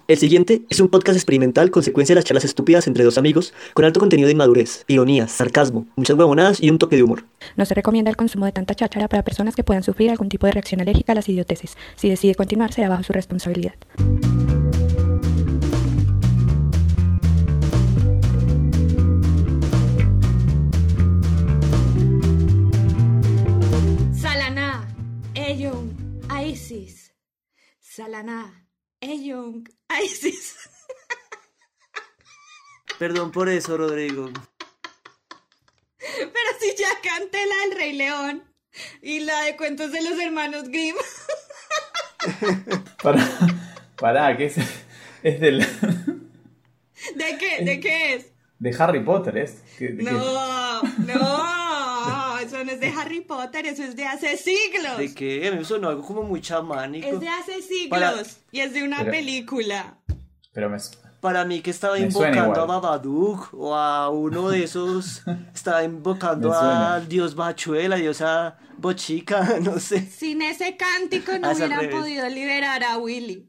El siguiente es un podcast experimental consecuencia de las charlas estúpidas entre dos amigos, con alto contenido de inmadurez, ironías, sarcasmo, muchas huevonadas y un toque de humor. No se recomienda el consumo de tanta cháchara para personas que puedan sufrir algún tipo de reacción alérgica a las idioteces. Si decide continuar, será bajo su responsabilidad. Salaná, Eyung, Isis. Salaná, Eyung, Isis. Perdón por eso, Rodrigo. Pero si ya canté la del Rey León y la de cuentos de los hermanos Grimm. Pará, que es del... ¿De qué? ¿De qué es? de Harry Potter, ¿es? No, eso no es de Harry Potter, eso es de hace siglos. ¿De qué? A mí me sonó algo como muy chamánico. Es de hace siglos y es de una película. Pero Para mí que estaba me suena invocando a igual. Babadook o a uno de esos, estaba invocando al dios Bachuela, diosa Bochica, no sé. Sin ese cántico no Es al hubieran revés. podido liberar a Willy.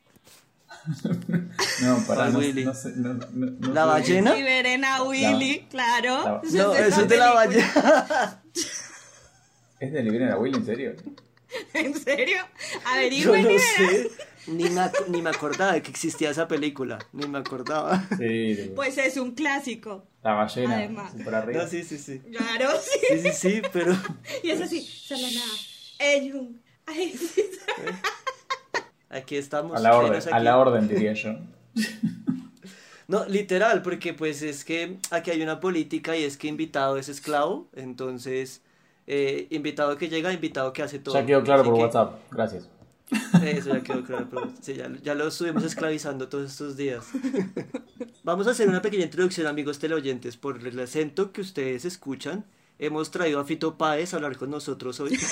No, pará, Ay, no, Willy. no sé. No ¿La sé. ballena? Liberen a Willy, claro. No, eso es de la película. ballena. ¿Es de Liberen a Willy, en serio? ¿En serio? Yo Averigüen no y sé, ni me acordaba de que existía esa película, ni me acordaba. Sí, pues es un clásico. la ballena, Además. por arriba. No, sí, sí, sí. Claro, sí. Sí, pero... Y es así, Salaná, Eyung, Isis. Aquí estamos. A la plenos orden, a aquí. la orden, diría yo. No, literal, porque pues es que aquí hay una política y es que invitado es esclavo, entonces invitado que llega, invitado que hace todo. Ya quedó claro Así por que WhatsApp, gracias. Eso ya quedó claro, pero sí, ya lo estuvimos esclavizando todos estos días. Vamos a hacer una pequeña introducción, amigos teleoyentes, por el acento que ustedes escuchan. Hemos traído a Fito Páez a hablar con nosotros hoy.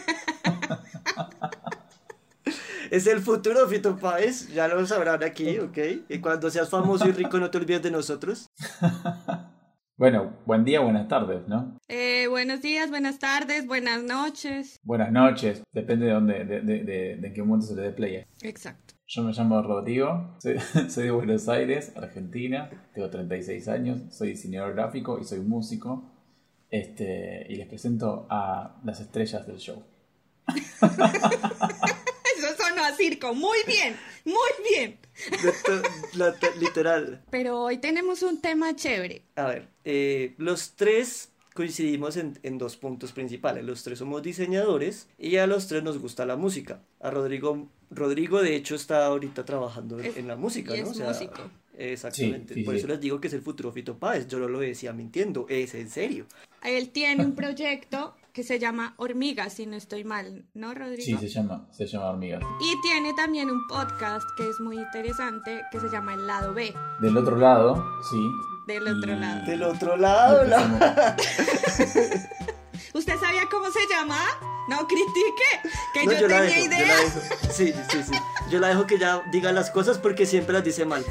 Es el futuro Fito Páez, ya lo sabrán aquí, ¿ok? Y cuando seas famoso y rico no te olvides de nosotros. Bueno, buen día, buenas tardes, ¿no? Buenos días, buenas tardes, buenas noches. Buenas noches, depende de dónde, de en qué momento se le dé play. Exacto. Yo me llamo Rodrigo, soy de Buenos Aires, Argentina, tengo 36 años, soy diseñador gráfico y soy músico. Y les presento a las estrellas del show. Eso sonó a circo. Muy bien, muy bien. Literal. Pero hoy tenemos un tema chévere. A ver, los tres coincidimos en dos puntos principales. Los tres somos diseñadores y a los tres nos gusta la música. A Rodrigo de hecho está ahorita trabajando en la música, y ¿no? es músico. Exactamente. Sí, Por sí. eso les digo que es el futuro Fito Páez. Yo no lo decía mintiendo, es en serio. Él tiene un proyecto que se llama Hormigas, si no estoy mal, ¿no, Rodrigo? Sí, se llama Hormigas. Y tiene también un podcast que es muy interesante, que se llama El Lado B, Del otro lado, sí. del otro lado. Del otro lado, ¿Usted sabía cómo se llama? No critique, que No, yo la tenía dejo, idea. yo la dejo. Sí. Yo la dejo que ya diga las cosas porque siempre las dice mal.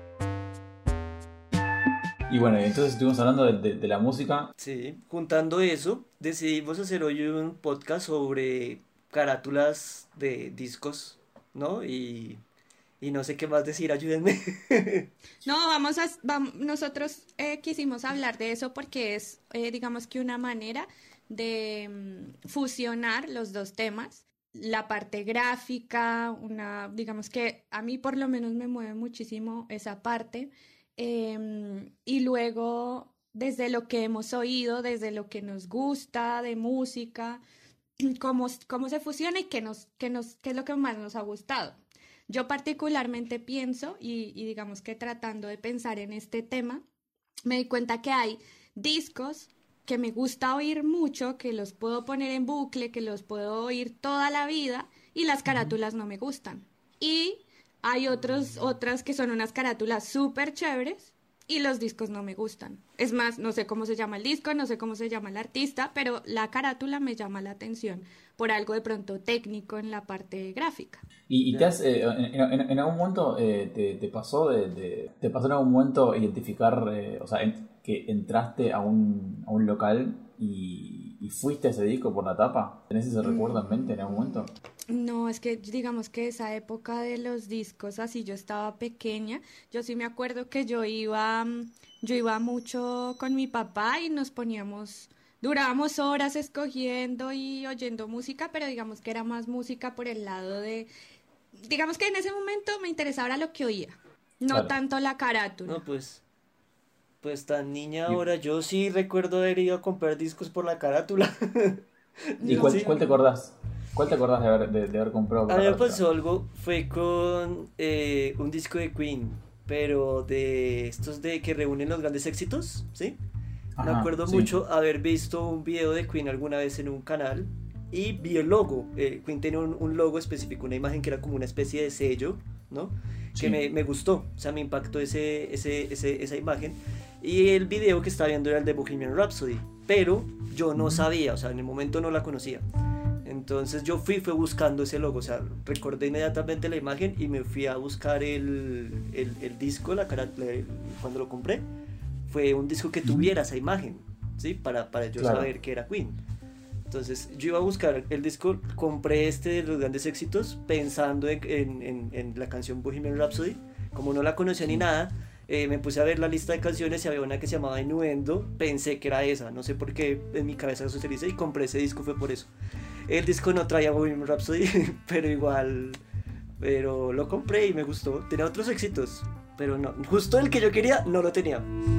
Y bueno, y entonces estuvimos hablando de la música. Sí, juntando eso, decidimos hacer hoy un podcast sobre carátulas de discos, ¿no? Y no sé qué más decir, ayúdenme. No, nosotros quisimos hablar de eso porque es, digamos que una manera de fusionar los dos temas. La parte gráfica, digamos que a mí por lo menos me mueve muchísimo esa parte. Y luego, desde lo que hemos oído, desde lo que nos gusta de música, cómo se fusiona y qué es lo que más nos ha gustado. Yo particularmente pienso, y digamos que tratando de pensar en este tema, me di cuenta que hay discos que me gusta oír mucho, que los puedo poner en bucle, que los puedo oír toda la vida, y las carátulas no me gustan. Y hay otras que son unas carátulas súper chéveres y los discos no me gustan. Es más, no sé cómo se llama el disco, no sé cómo se llama el artista, pero la carátula me llama la atención por algo de pronto técnico en la parte gráfica. Y te has, en algún momento te pasó te pasó en algún momento identificar, o sea, que entraste a un local y y fuiste a ese disco por la tapa? ¿Tenés ese recuerdo en mente en algún momento? No, es que digamos que esa época de los discos, así yo estaba pequeña, yo sí me acuerdo que yo iba mucho con mi papá y durábamos horas escogiendo y oyendo música, pero digamos que era más música por el lado digamos que en ese momento me interesaba lo que oía, no Claro. tanto la carátula. No, pues tan niña ¿Y, ahora. Yo sí recuerdo haber ido a comprar discos por la carátula. y No, Sí. cuál te acordás? ¿Cuál te acordás de haber comprado A por mí la me carátula? pasó algo, fue con un disco de Queen, pero de estos de que reúnen los grandes éxitos, ¿sí? Me Ajá, acuerdo sí. mucho haber visto un video de Queen alguna vez en un canal y vi el logo. Queen tenía un logo específico, una imagen que era como una especie de sello, ¿no? Que Sí. me gustó, o sea, me impactó esa imagen. Y el video que estaba viendo era el de Bohemian Rhapsody, pero yo no sabía, o sea, en el momento no la conocía. Entonces yo fui buscando ese logo, o sea, recordé inmediatamente la imagen y me fui a buscar el disco, cuando lo compré. Fue un disco que tuviera esa imagen, ¿sí? Para yo Claro. saber que era Queen. Entonces yo iba a buscar el disco, compré este de los grandes éxitos pensando en la canción Bohemian Rhapsody. Como no la conocía ni nada, me puse a ver la lista de canciones y había una que se llamaba Innuendo, pensé que era esa, no sé por qué en mi cabeza socialicé y compré ese disco, fue por eso. El disco no traía Bohemian Rhapsody, pero lo compré y me gustó. Tenía otros éxitos, pero no, justo el que yo quería no lo tenía.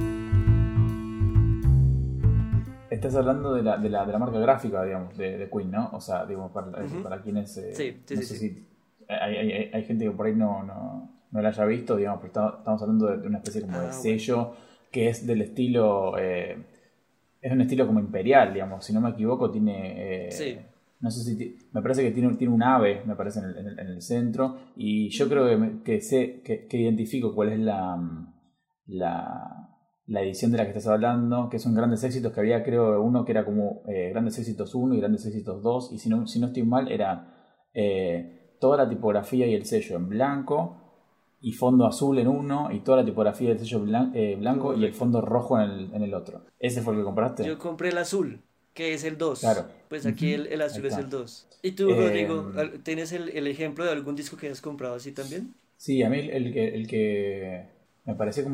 Estás hablando de la marca gráfica, digamos, de Queen, ¿no? O sea, digamos, Ujú. para quienes... Sí, no sí, sé sí. si... Hay gente que por ahí no la haya visto, digamos, pero estamos hablando de una especie como de Bueno. sello que es del estilo... es un estilo como imperial, digamos, si no me equivoco, tiene... Sí. No sé si... me parece que tiene un ave, me parece, en el centro, y yo creo que identifico cuál es la edición de la que estás hablando, que son grandes éxitos, que había creo uno que era como grandes éxitos 1 y grandes éxitos 2, y si no estoy mal era toda la tipografía y el sello en blanco y fondo azul en uno, y toda la tipografía del sello blanco y el Correcto. fondo rojo en el otro. ¿Ese fue el que compraste? Yo compré el azul, que es el 2. Claro. Pues aquí Ujú. el Ahí azul es está. el 2. ¿Y tú, Rodrigo, tienes el ejemplo de algún disco que hayas comprado así también? Sí, a mí el que me pareció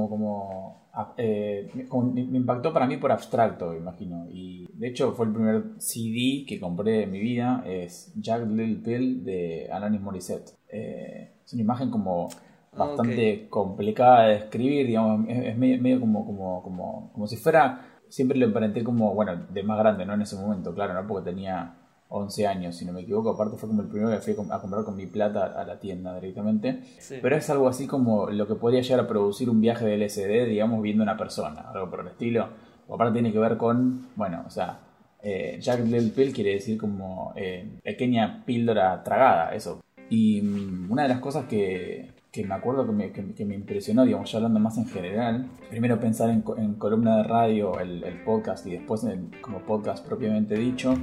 me impactó para mí por abstracto, me imagino. Y de hecho fue el primer CD que compré en mi vida, es Jagged Little Pill de Alanis Morissette. Es una imagen como bastante complicada de describir, digamos, es medio como si fuera, siempre lo emparenté como, bueno, de más grande, ¿no? En ese momento, claro, ¿no? Porque tenía 11 años, si no me equivoco. Aparte fue como el primero que fui a comprar con mi plata a la tienda directamente. Sí. Pero es algo así como lo que podría llegar a producir un viaje de LSD, digamos, viendo una persona, algo por el estilo. O aparte tiene que ver con, bueno, o sea, Jagged Little Pill quiere decir como pequeña píldora tragada, eso. Y una de las cosas que me acuerdo que me impresionó, digamos, ya hablando más en general, primero pensar en columna de radio, el podcast, y después como podcast propiamente dicho,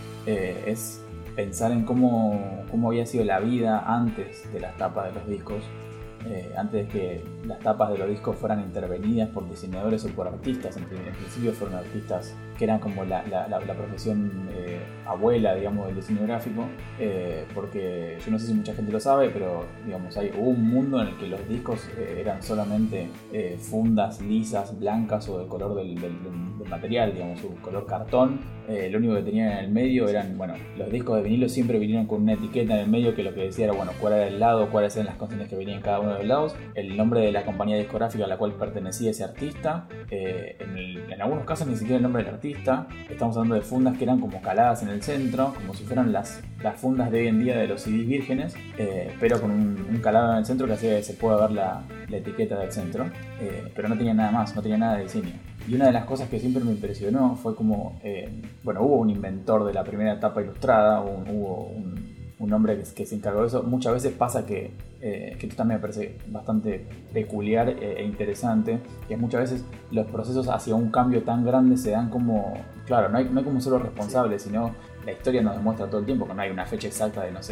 es pensar en cómo había sido la vida antes de las tapas de los discos, antes de que las tapas de los discos fueran intervenidas por diseñadores o por artistas. En principio fueron artistas que eran como la profesión abuela, digamos, del diseño gráfico, porque yo no sé si mucha gente lo sabe, pero digamos, hubo un mundo en el que los discos eran solamente fundas lisas, blancas o del color del material, digamos, un color cartón. Lo único que tenían en el medio eran, bueno, los discos de vinilo siempre vinieron con una etiqueta en el medio que lo que decía era, bueno, cuál era el lado, cuáles eran las canciones que venían en cada uno de los lados, el nombre de la compañía discográfica a la cual pertenecía ese artista, en algunos casos ni siquiera el nombre del artista. Estamos hablando de fundas que eran como caladas en el centro, como si fueran las fundas de hoy en día de los CDs vírgenes, pero con un calado en el centro que hacía que se pueda ver la etiqueta del centro, pero no tenía nada más, no tenía nada de diseño. Y una de las cosas que siempre me impresionó fue como, bueno, hubo un inventor de la primera tapa ilustrada, hubo un hombre que se encargó de eso. Muchas veces pasa que esto también me parece bastante peculiar e interesante, que muchas veces los procesos hacia un cambio tan grande se dan como, claro, no hay como solo responsables, sino la historia nos demuestra todo el tiempo que no hay una fecha exacta de, no sé,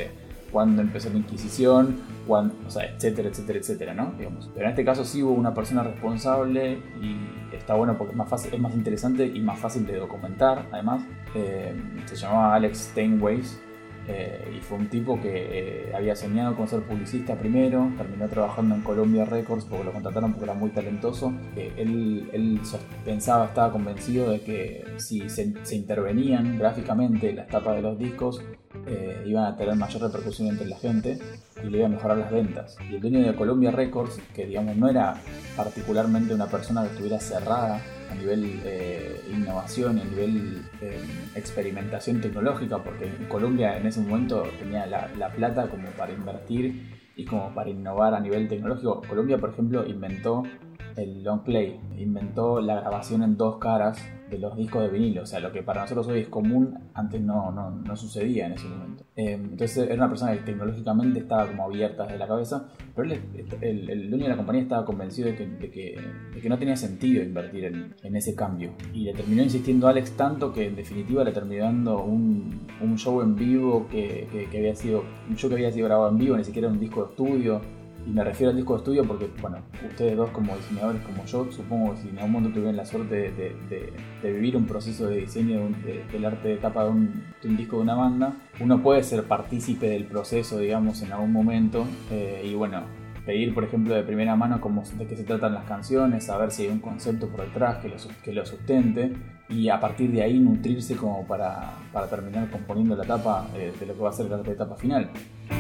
cuándo empezó la Inquisición, o sea, etcétera, etcétera, etcétera, ¿no? Digamos. Pero en este caso sí hubo una persona responsable y está bueno porque es más interesante y más fácil de documentar, además. Se llamaba Alex Steinweiss. Y fue un tipo que había soñado con ser publicista primero, terminó trabajando en Columbia Records porque lo contrataron porque era muy talentoso. Él pensaba, estaba convencido de que si se intervenían gráficamente las tapas de los discos, iban a tener mayor repercusión entre la gente y le iba a mejorar las ventas. Y el dueño de Columbia Records, que digamos no era particularmente una persona que estuviera cerrada a nivel innovación, a nivel experimentación tecnológica, porque Columbia en ese momento tenía la plata como para invertir y como para innovar a nivel tecnológico. Columbia, por ejemplo, inventó el long play, inventó la grabación en 2 caras de los discos de vinilo, o sea, lo que para nosotros hoy es común, antes no sucedía en ese momento. Entonces era una persona que tecnológicamente estaba como abierta desde la cabeza, pero el dueño de la compañía estaba convencido de que no tenía sentido invertir en ese cambio, y le terminó insistiendo a Alex tanto que en definitiva le terminó dando un show en vivo que había sido un show que había sido grabado en vivo, ni siquiera un disco de estudio. Y me refiero al disco de estudio porque, bueno, ustedes dos como diseñadores como yo, supongo que si en algún momento tuvieron la suerte de vivir un proceso de diseño del arte de tapa de un disco de una banda, uno puede ser partícipe del proceso, digamos, en algún momento, y bueno, pedir, por ejemplo, de primera mano de qué se tratan las canciones, saber si hay un concepto por detrás que lo sustente, y a partir de ahí nutrirse como para terminar componiendo la tapa de lo que va a ser el arte de tapa final.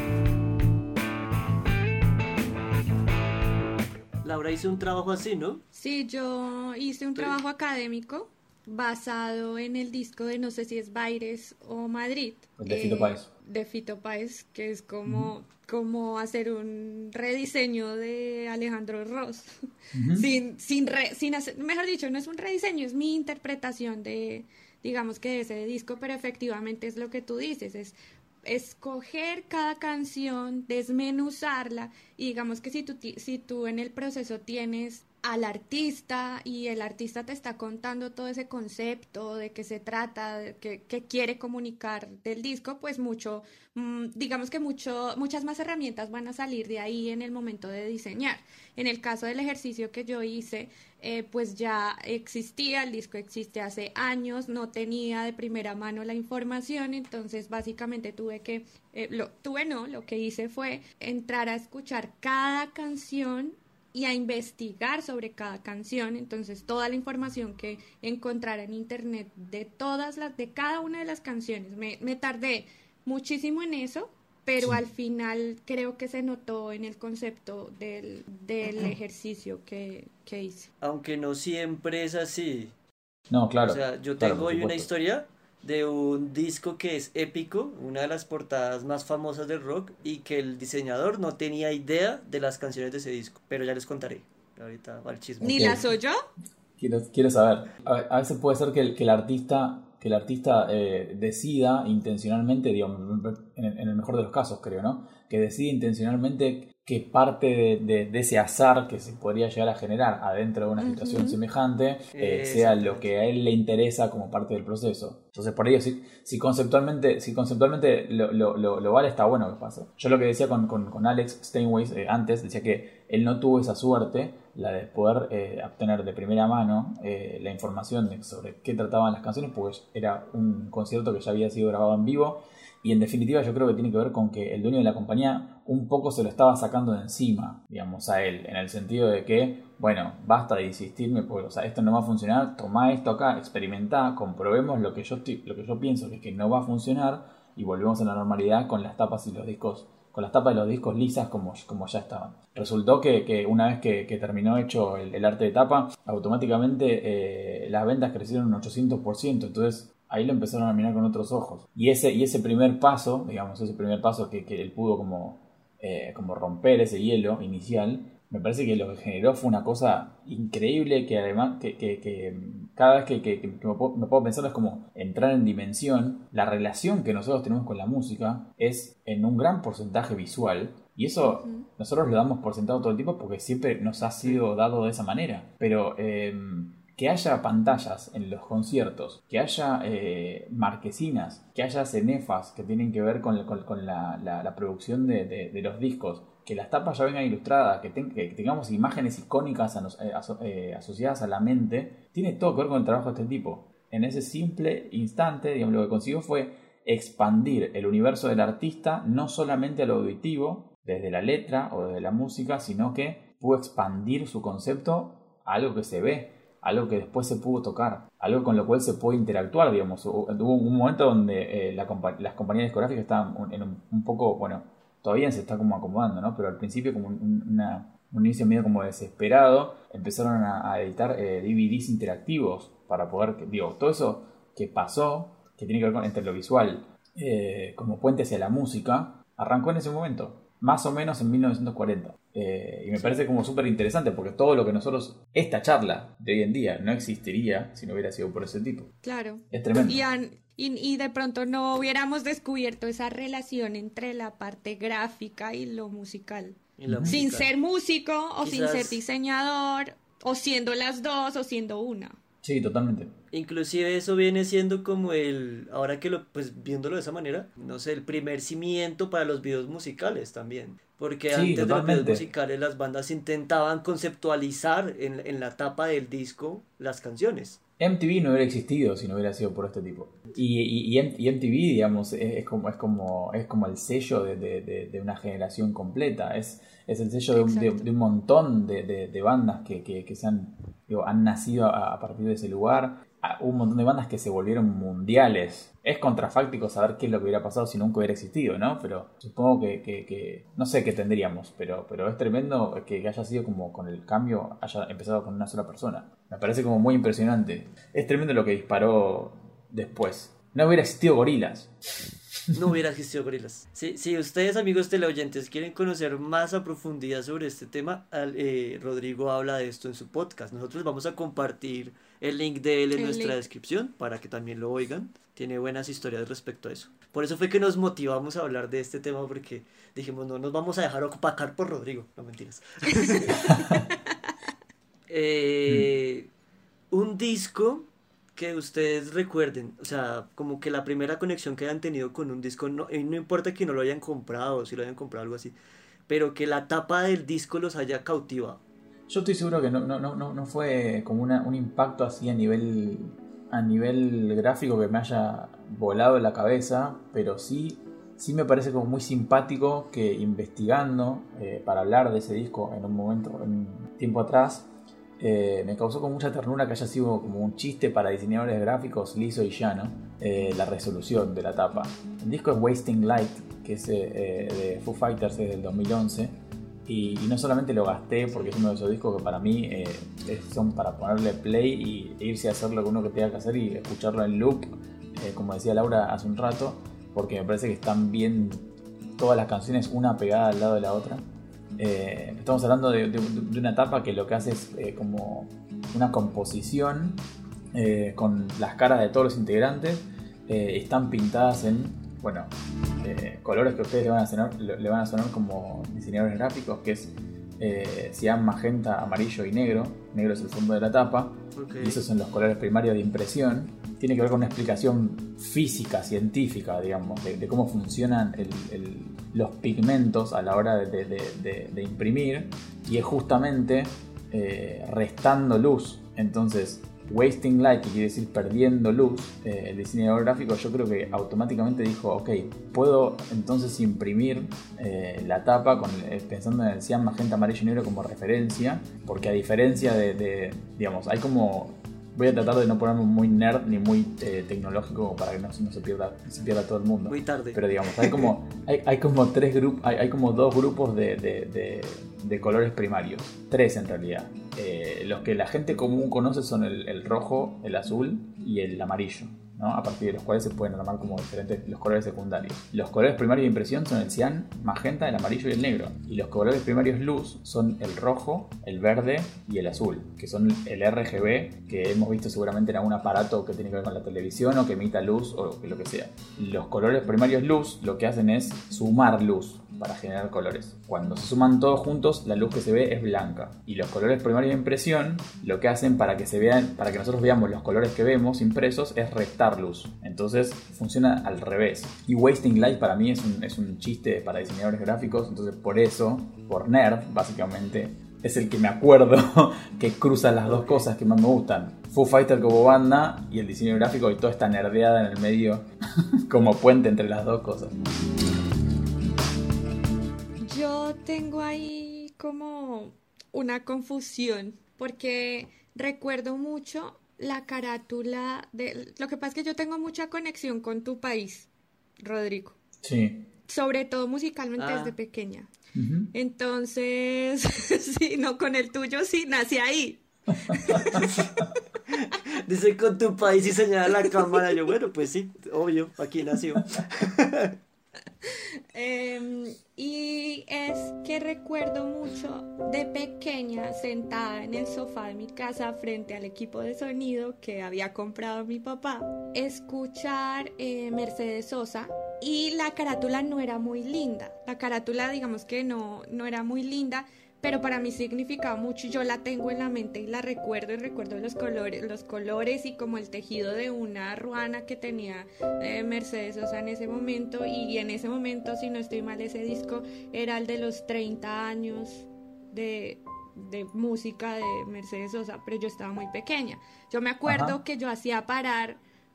Laura hizo un trabajo así, ¿no? Sí, yo hice un trabajo académico basado en el disco de no sé si es Baires o Madrid. De Fito Páez. De Fito Páez, que es como hacer un rediseño de Alejandro Ross. Sin hacer, mejor dicho, no es un rediseño, es mi interpretación de, digamos que de ese disco, pero efectivamente es lo que tú dices, es escoger cada canción, desmenuzarla, y digamos que si tú en el proceso tienes al artista y el artista te está contando todo ese concepto de qué se trata, de qué quiere comunicar del disco, pues digamos que muchas más herramientas van a salir de ahí en el momento de diseñar. En el caso del ejercicio que yo hice, pues ya existía, el disco existe hace años, no tenía de primera mano la información, entonces básicamente lo que hice fue entrar a escuchar cada canción y a investigar sobre cada canción. Entonces toda la información que encontrara en internet de cada una de las canciones, me tardé muchísimo en eso, pero sí, al final creo que se notó en el concepto del ejercicio que hice. Aunque no siempre es así. No, claro. O sea, yo tengo hoy una historia de un disco que es épico, una de las portadas más famosas del rock, y que el diseñador no tenía idea de las canciones de ese disco, pero ya les contaré. Ahorita va el chisme. ¿Ni las oyó? Quiero saber. A veces puede ser que el artista decida intencionalmente, digamos, en el mejor de los casos, creo, ¿no? Que decide intencionalmente que parte de ese azar que se podría llegar a generar adentro de una situación semejante sea lo que a él le interesa como parte del proceso. Entonces, por ello, si conceptualmente lo vale, está bueno que pase. Yo lo que decía con Alex Steinweiss antes, decía que él no tuvo esa suerte, la de poder obtener de primera mano la información sobre qué trataban las canciones, porque era un concierto que ya había sido grabado en vivo. Y en definitiva yo creo que tiene que ver con que el dueño de la compañía un poco se lo estaba sacando de encima, digamos, a él, en el sentido de que, bueno, basta de insistirme, porque, o sea, esto no va a funcionar, tomá esto acá, experimentá, comprobemos lo que yo pienso que es que no va a funcionar, y volvemos a la normalidad con las tapas y los discos, con las tapas de los discos lisas como ya estaban. Resultó que una vez que terminó hecho el arte de tapa, automáticamente las ventas crecieron un 800%, entonces ahí lo empezaron a mirar con otros ojos. Y ese primer paso, digamos, que él pudo como romper ese hielo inicial, me parece que lo que generó fue una cosa increíble que además que cada vez que me puedo pensar es como entrar en dimensión. La relación que nosotros tenemos con la música es en un gran porcentaje visual, y eso nosotros lo damos por sentado todo el tiempo porque siempre nos ha sido dado de esa manera, pero que haya pantallas en los conciertos, que haya marquesinas, que haya cenefas que tienen que ver con la producción de los discos, que las tapas ya vengan ilustradas, que tengamos imágenes icónicas asociadas a la mente, tiene todo que ver con el trabajo de este tipo. En ese simple instante, digamos, lo que consiguió fue expandir el universo del artista no solamente a lo auditivo, desde la letra o desde la música, sino que pudo expandir su concepto a algo que se ve, algo que después se pudo tocar, algo con lo cual se puede interactuar, digamos. Hubo un momento donde las compañías discográficas estaban un poco, bueno, todavía se está como acomodando, ¿no? Pero al principio como un inicio medio como desesperado, empezaron a editar DVDs interactivos para poder, todo eso que pasó, que tiene que ver entre lo visual como puente hacia la música, arrancó en ese momento, más o menos en 1940. Y me parece como súper interesante porque todo lo que esta charla de hoy en día no existiría si no hubiera sido por ese tipo. Claro. Es tremendo. Y de pronto no hubiéramos descubierto esa relación entre la parte gráfica y lo musical. Sin ser músico o sin ser diseñador, o siendo las dos o siendo una. Sí, totalmente. Inclusive eso viene siendo como ahora que viéndolo de esa manera, no sé, el primer cimiento para los videos musicales también. Porque antes de los videos musicales las bandas intentaban conceptualizar en la tapa del disco las canciones. MTV no hubiera existido si no hubiera sido por este tipo. Y MTV, digamos, es como el sello de una generación completa. Es el sello de un montón de bandas que han nacido a partir de ese lugar. Un montón de bandas que se volvieron mundiales. Es contrafáctico saber qué es lo que hubiera pasado si nunca hubiera existido, ¿no? Pero supongo que no sé qué tendríamos, pero es tremendo que haya sido como con el cambio, haya empezado con una sola persona. Me parece como muy impresionante. Es tremendo lo que disparó después. No hubiera existido Gorillaz. No hubiera existido Gorillaz. Si ustedes, amigos teleoyentes, quieren conocer más a profundidad sobre este tema, Rodrigo habla de esto en su podcast. Nosotros vamos a compartir el link de él en nuestra descripción para que también lo oigan. Tiene buenas historias respecto a eso. Por eso fue que nos motivamos a hablar de este tema, porque dijimos, no nos vamos a dejar opacar por Rodrigo. No, mentiras. Un disco que ustedes recuerden, o sea, como que la primera conexión que hayan tenido con un disco, no importa que no lo hayan comprado o si lo hayan comprado algo así, pero que la tapa del disco los haya cautivado. Yo estoy seguro que no fue como un impacto así a nivel gráfico que me haya volado la cabeza, pero sí me parece como muy simpático que investigando para hablar de ese disco en un tiempo atrás, me causó con mucha ternura que haya sido como un chiste para diseñadores gráficos liso y llano, la resolución de la tapa. El disco es Wasting Light, que es de Foo Fighters, es del 2011, y no solamente lo gasté porque es uno de esos discos que para mí son para ponerle play e irse a hacer lo que uno que tenga que hacer y escucharlo en loop, como decía Laura hace un rato, porque me parece que están bien todas las canciones una pegada al lado de la otra. Estamos hablando de una etapa que lo que hace es como una composición con las caras de todos los integrantes, están pintadas en colores que a ustedes le van a sonar como diseñadores gráficos, que es cian, magenta, amarillo y negro. Negro es el fondo de la tapa, y esos son los colores primarios de impresión. Tiene que ver con una explicación física, científica, digamos, de cómo funcionan los pigmentos a la hora de imprimir, y es justamente restando luz. Entonces, wasting light, que quiere decir perdiendo luz, el diseñador gráfico yo creo que automáticamente dijo, ok, puedo entonces imprimir la tapa pensando en el cian, magenta, amarillo y negro como referencia, porque a diferencia digamos, hay como... Voy a tratar de no ponerme muy nerd ni muy tecnológico para que no se pierda todo el mundo. Muy tarde. Pero digamos, hay como tres grupos, hay como dos grupos de colores primarios. Tres en realidad. Los que la gente común conoce son el rojo, el azul y el amarillo, ¿no? A partir de los cuales se pueden armar como diferentes los colores secundarios. Los colores primarios de impresión son el cian, magenta, el amarillo y el negro. Y los colores primarios luz son el rojo, el verde y el azul, que son el RGB, que hemos visto seguramente en algún aparato que tiene que ver con la televisión o que emita luz o lo que sea. Los colores primarios luz lo que hacen es sumar luz. para generar colores. Cuando se suman todos juntos, la luz que se ve es blanca. Y los colores primarios de impresión, lo que hacen para que se vean, para que nosotros veamos los colores que vemos impresos, es restar luz. Entonces funciona al revés. Y Wasting Light para mí es un chiste para diseñadores gráficos. Entonces por eso, por nerd, básicamente, es el que me acuerdo que cruza las dos cosas que más me gustan. Foo Fighter como banda y el diseño gráfico y toda esta nerdeada en el medio como puente entre las dos cosas. Yo tengo ahí como una confusión porque recuerdo mucho la carátula de... Lo que pasa es que yo tengo mucha conexión con tu país, Rodrigo. Sí. Sobre todo musicalmente desde pequeña. Uh-huh. Entonces, sí, no, con el tuyo sí, nací ahí. Dice con tu país y señala la cámara. Yo, bueno, pues sí, obvio, aquí nació. Y es que recuerdo mucho de pequeña sentada en el sofá de mi casa frente al equipo de sonido que había comprado mi papá, escuchar Mercedes Sosa. Y la carátula no era muy linda. La carátula, digamos que no era muy linda, pero para mí significaba mucho. Yo la tengo en la mente y la recuerdo, y recuerdo los colores y como el tejido de una ruana que tenía Mercedes Sosa en ese momento. Y en ese momento, si no estoy mal, ese disco era el de los 30 años de música de Mercedes Sosa, pero yo estaba muy pequeña. Yo me acuerdo que yo hacía parar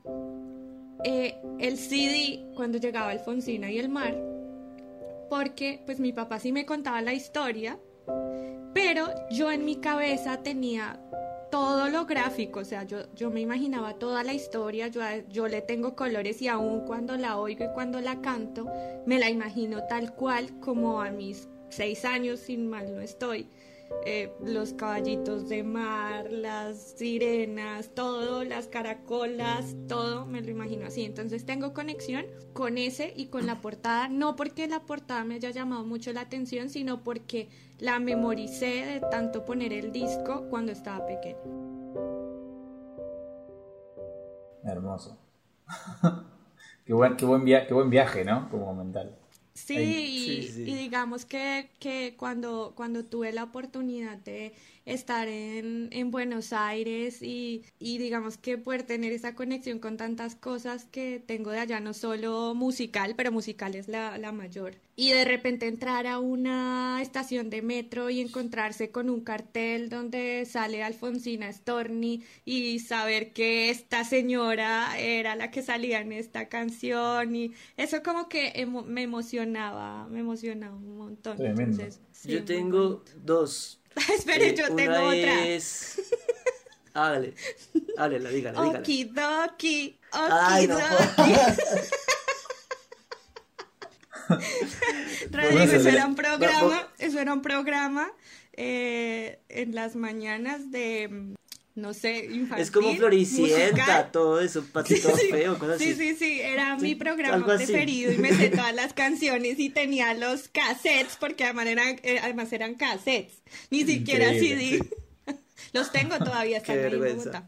el CD cuando llegaba Alfonsina y el mar, porque pues mi papá sí me contaba la historia, pero yo en mi cabeza tenía todo lo gráfico, o sea, yo me imaginaba toda la historia, yo le tengo colores y aún cuando la oigo y cuando la canto, me la imagino tal cual como a mis 6 años, sin mal no estoy. Los caballitos de mar, las sirenas, todo, las caracolas, todo me lo imagino así. Entonces tengo conexión con ese y con la portada, no porque la portada me haya llamado mucho la atención, sino porque la memoricé de tanto poner el disco cuando estaba pequeña. Hermoso. Qué buen viaje, ¿no? Como mental. Sí, sí. Y digamos que cuando tuve la oportunidad de estar en Buenos Aires y digamos que poder tener esa conexión con tantas cosas que tengo de allá, no solo musical, pero musical es la mayor. Y de repente entrar a una estación de metro y encontrarse con un cartel donde sale Alfonsina Storni y saber que esta señora era la que salía en esta canción, y eso como que me emocionaba un montón. Entonces, sí, yo tengo dos. Espere, yo tengo otra. Háblala, dígala. Okidoki. Ay, no. Rodrigo, eso era un programa en las mañanas de, no sé, infantil. Es como Floricienta, musical. Todo eso, Patito Feo, cosas así. Sí, era mi programa preferido y me sé todas las canciones y tenía los cassettes, porque además eran cassettes, ni siquiera CD. Los tengo todavía, están ahí en Bogotá.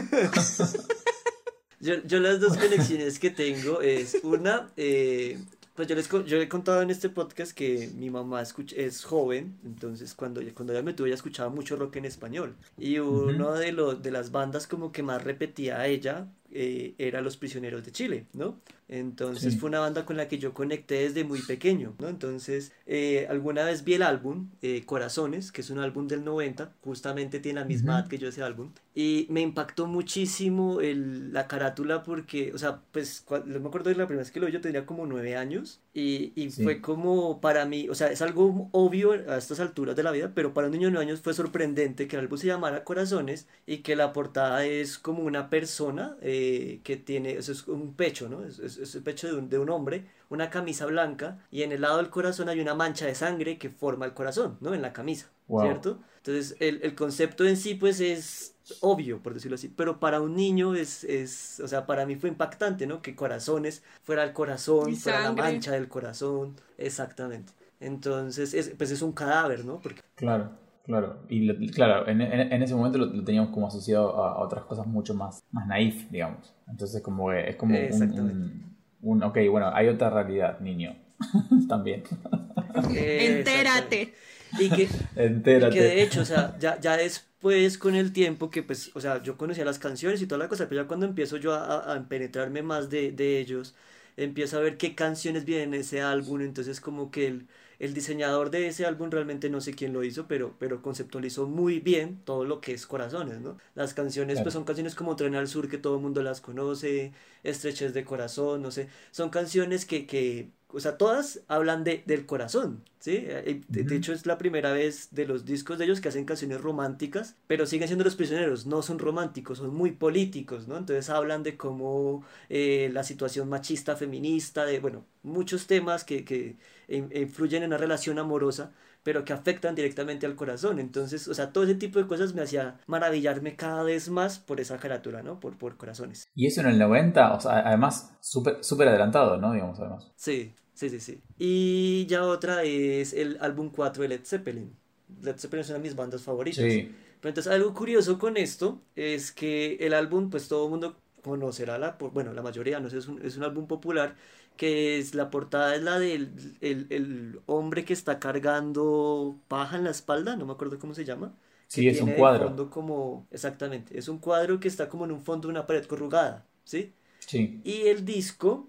Yo las dos conexiones que tengo es una... Pues yo le he contado en este podcast que mi mamá es joven, entonces cuando ella me tuvo, ella escuchaba mucho rock en español. Y uno de las bandas como que más repetía a ella era Los Prisioneros de Chile, ¿no? Entonces fue una banda con la que yo conecté desde muy pequeño, ¿no? Entonces alguna vez vi el álbum Corazones, que es un álbum del 90, justamente tiene la misma edad que yo ese álbum, y me impactó muchísimo la carátula porque, o sea, pues me acuerdo de la primera vez que lo vi, yo tenía como 9 años y fue como para mí, o sea, es algo obvio a estas alturas de la vida, pero para un niño de 9 años fue sorprendente que el álbum se llamara Corazones y que la portada es como una persona que tiene, eso es un pecho, ¿no? Es el pecho de un hombre, una camisa blanca, y en el lado del corazón hay una mancha de sangre que forma el corazón, ¿no? En la camisa, ¿cierto? Entonces el concepto en sí pues es obvio, por decirlo así, pero para un niño o sea, para mí fue impactante, ¿no? Que Corazones fuera el corazón, fuera la mancha del corazón, exactamente. Entonces, pues es un cadáver, ¿no? Porque... Claro. Y claro, en ese momento lo teníamos como asociado a otras cosas mucho más naif, digamos. Entonces como es como ok, bueno, hay otra realidad, niño. También. Entérate. Y que, Entérate. y que de hecho, o sea, ya después con el tiempo que pues, o sea, yo conocía las canciones y toda la cosa, pero ya cuando empiezo yo a penetrarme más de ellos, empiezo a ver qué canciones vienen en ese álbum, entonces como que el diseñador de ese álbum realmente no sé quién lo hizo, pero conceptualizó muy bien todo lo que es Corazones, ¿no? Las canciones pues Claro. son canciones como Tren al Sur que todo el mundo las conoce, Estrechez de Corazón, no sé, son canciones que o sea, todas hablan del corazón, ¿sí? De Ujú. hecho, es la primera vez de los discos de ellos que hacen canciones románticas, pero siguen siendo Los Prisioneros, no son románticos, son muy políticos, ¿no? Entonces hablan de cómo la situación machista, feminista, de, bueno, muchos temas que influyen en una relación amorosa, pero que afectan directamente al corazón. Entonces, o sea, todo ese tipo de cosas me hacía maravillarme cada vez más por esa carátula, ¿no? Por Corazones. Y eso en el 90, o sea, además, súper adelantado, ¿no? Digamos, además. Sí, sí, sí, sí. Y ya otra es el álbum 4 de Led Zeppelin. Led Zeppelin es una de mis bandas favoritas. Sí, Pero entonces algo curioso con esto es que el álbum, pues todo el mundo conocerá, bueno, la mayoría, no sé, es un álbum popular, que es la portada es la del el hombre que está cargando paja en la espalda, no me acuerdo cómo se llama, que sí, es un tiene de cuadro. fondo como, exactamente, es un cuadro que está como en un fondo de una pared corrugada, ¿sí? Sí, Y el disco,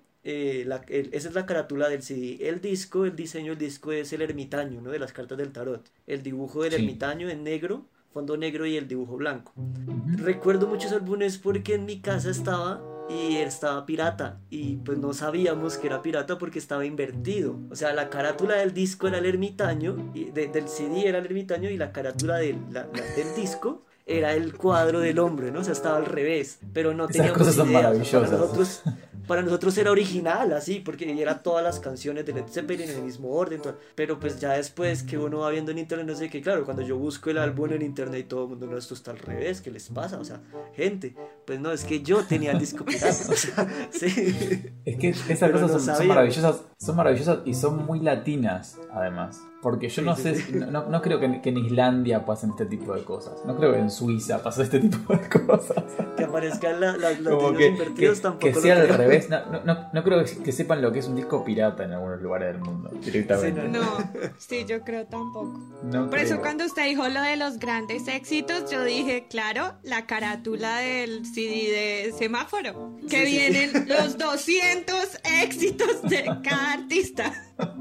esa es la carátula del CD. El disco, el diseño del disco es el ermitaño, ¿no? De las cartas del tarot. El dibujo del sí. ermitaño en negro, fondo negro y el dibujo blanco. Ujú. Recuerdo muchos álbumes porque en mi casa estaba y estaba pirata y pues no sabíamos que era pirata porque estaba invertido. O sea, la carátula del disco era el ermitaño, del CD era el ermitaño y la carátula del disco era el cuadro del hombre, ¿no? O sea, estaba al revés, pero no Esas cosas teníamos son idea. O sea, maravillosas. para nosotros era original, así, porque era todas las canciones de Led Zeppelin en el mismo orden, pero pues ya después que uno va viendo en internet, no sé qué, claro, cuando yo busco el álbum en internet y todo el mundo, no, esto está al revés, ¿qué les pasa? O sea, gente, pues no, es que yo tenía el disco pirata, o sea, sí, Es que esas pero cosas no sabíamos. son maravillosas y son muy latinas, además. Porque yo Sí, no sí, sé, sí. no creo que en Islandia pasen este tipo de cosas. No creo que en Suiza pase este tipo de cosas. Que aparezcan los Como latinos invertidos que tampoco lo sea al creo. revés. No creo que sepan lo que es un disco pirata en algunos lugares del mundo, Sí, directamente. no. No, sí, yo creo tampoco. No Por eso creo. cuando usted dijo lo de los grandes éxitos, yo dije, claro, la carátula del CD de Semáforo, que Sí, sí, sí. vienen los 200 éxitos de cada artista.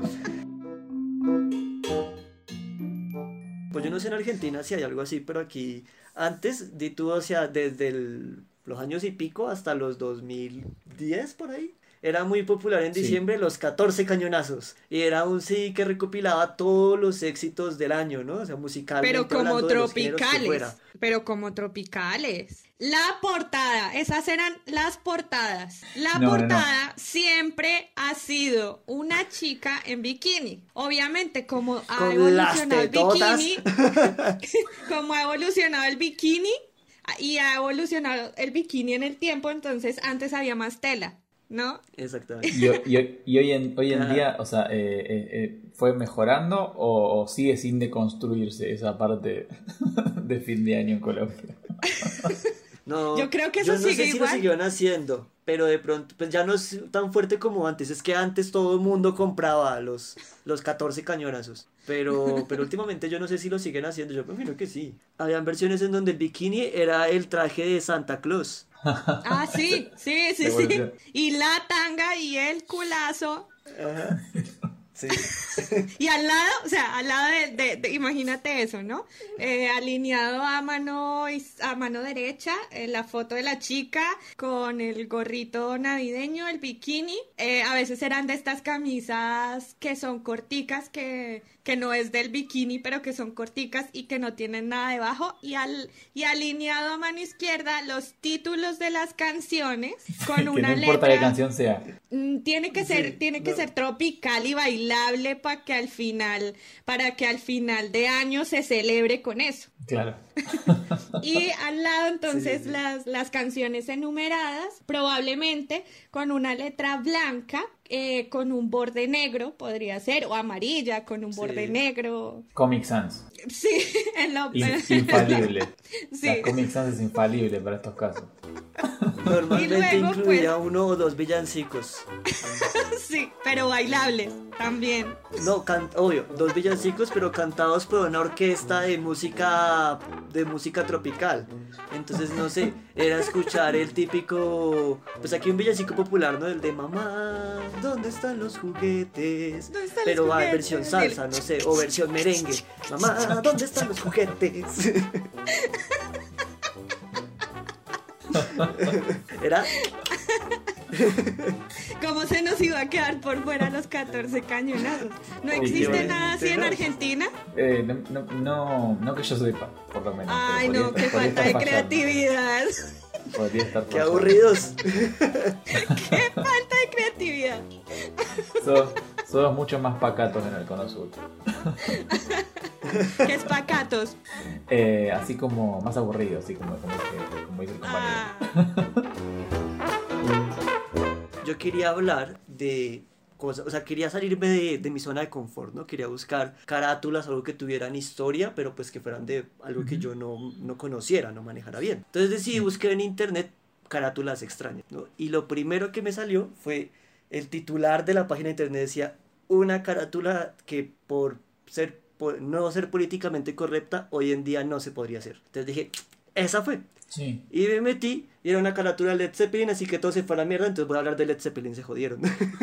Pues yo no sé en Argentina si hay algo así, pero aquí antes, di tú, o sea, desde los años y pico hasta los 2010 por ahí, era muy popular en Sí. diciembre los 14 cañonazos. Y era un CD que recopilaba todos los éxitos del año, ¿no? O sea, Pero musicalmente como hablando de los géneros que fuera. tropicales. La portada, esas eran las portadas. La No. portada siempre ha sido una chica en bikini. Obviamente, como ha Con las evolucionado el tetotas. bikini, como ha evolucionado el bikini y ha evolucionado el bikini en el tiempo, entonces antes había más tela, ¿no? Exactamente. Y hoy en Ajá. día, o sea, ¿fue mejorando o sigue sin deconstruirse esa parte de fin de año en Colombia? No, Yo creo que yo eso no sigue sé si lo igual. siguieron haciendo, pero de pronto, pues ya no es tan fuerte como antes. Es que antes todo el mundo compraba los 14 cañonazos. Pero últimamente yo no sé si lo siguen haciendo. Yo me imagino que sí. Habían versiones en donde el bikini era el traje de Santa Claus. Ah, sí, sí, sí, sí. Evolución. Y la tanga y el culazo. Ajá. Sí. Y al lado, o sea, al lado imagínate eso, ¿no? Alineado a a mano derecha, la foto de la chica con el gorrito navideño, el bikini. A veces eran de estas camisas que son corticas, que no es del bikini, pero que son corticas y que no tienen nada debajo. Y alineado a mano izquierda los títulos de las canciones con Que no una importa qué letra. canción sea. Tiene que ser, Sí, tiene que no. ser tropical y bailable para que al final de año se celebre con eso. Claro. Y al lado entonces Sí, sí, sí. las canciones enumeradas, probablemente con una letra blanca, con un borde negro, podría ser, o amarilla con un borde Sí. negro. Comic Sans. Sí, en lo, Infalible. sí. La Comic Sans es infalible para estos casos. Normalmente Y luego, incluía pues- uno o dos villancicos. Sí, pero bailables también. No, obvio, dos villancicos, pero cantados por una orquesta de música tropical. Entonces, no sé, era escuchar el típico, pues aquí un villancico popular, ¿no? El de mamá, ¿dónde están los juguetes? ¿Dónde están Pero los juguetes? versión salsa, no sé, o versión merengue. Mamá, ¿dónde están los juguetes? Era ¿Cómo se nos iba a quedar por fuera los 14 cañonazos? ¿No Uy, existe qué nada así en bueno. Argentina? No que yo sepa, por lo menos. Ay, pero no, podría qué estar falta de fallando. creatividad. Podría estar qué fallando. aburridos. Qué falta de creatividad. Somos mucho más pacatos en el Cono Sur. Qué espacatos. Así como más aburridos, así como dice el compañero. Ah, Yo quería hablar de cosas, o sea, quería salirme de mi zona de confort, ¿no? Quería buscar carátulas, algo que tuvieran historia, pero pues que fueran de algo que yo no conociera, no manejara bien. Entonces decidí buscar en internet carátulas extrañas, ¿no? Y lo primero que me salió fue el titular de la página de internet, decía una carátula que por no ser políticamente correcta, hoy en día no se podría hacer. Entonces dije, esa fue. Sí. Y me metí y era una carátula de Led Zeppelin, así que todo se fue a la mierda, entonces voy a hablar de Led Zeppelin, se jodieron.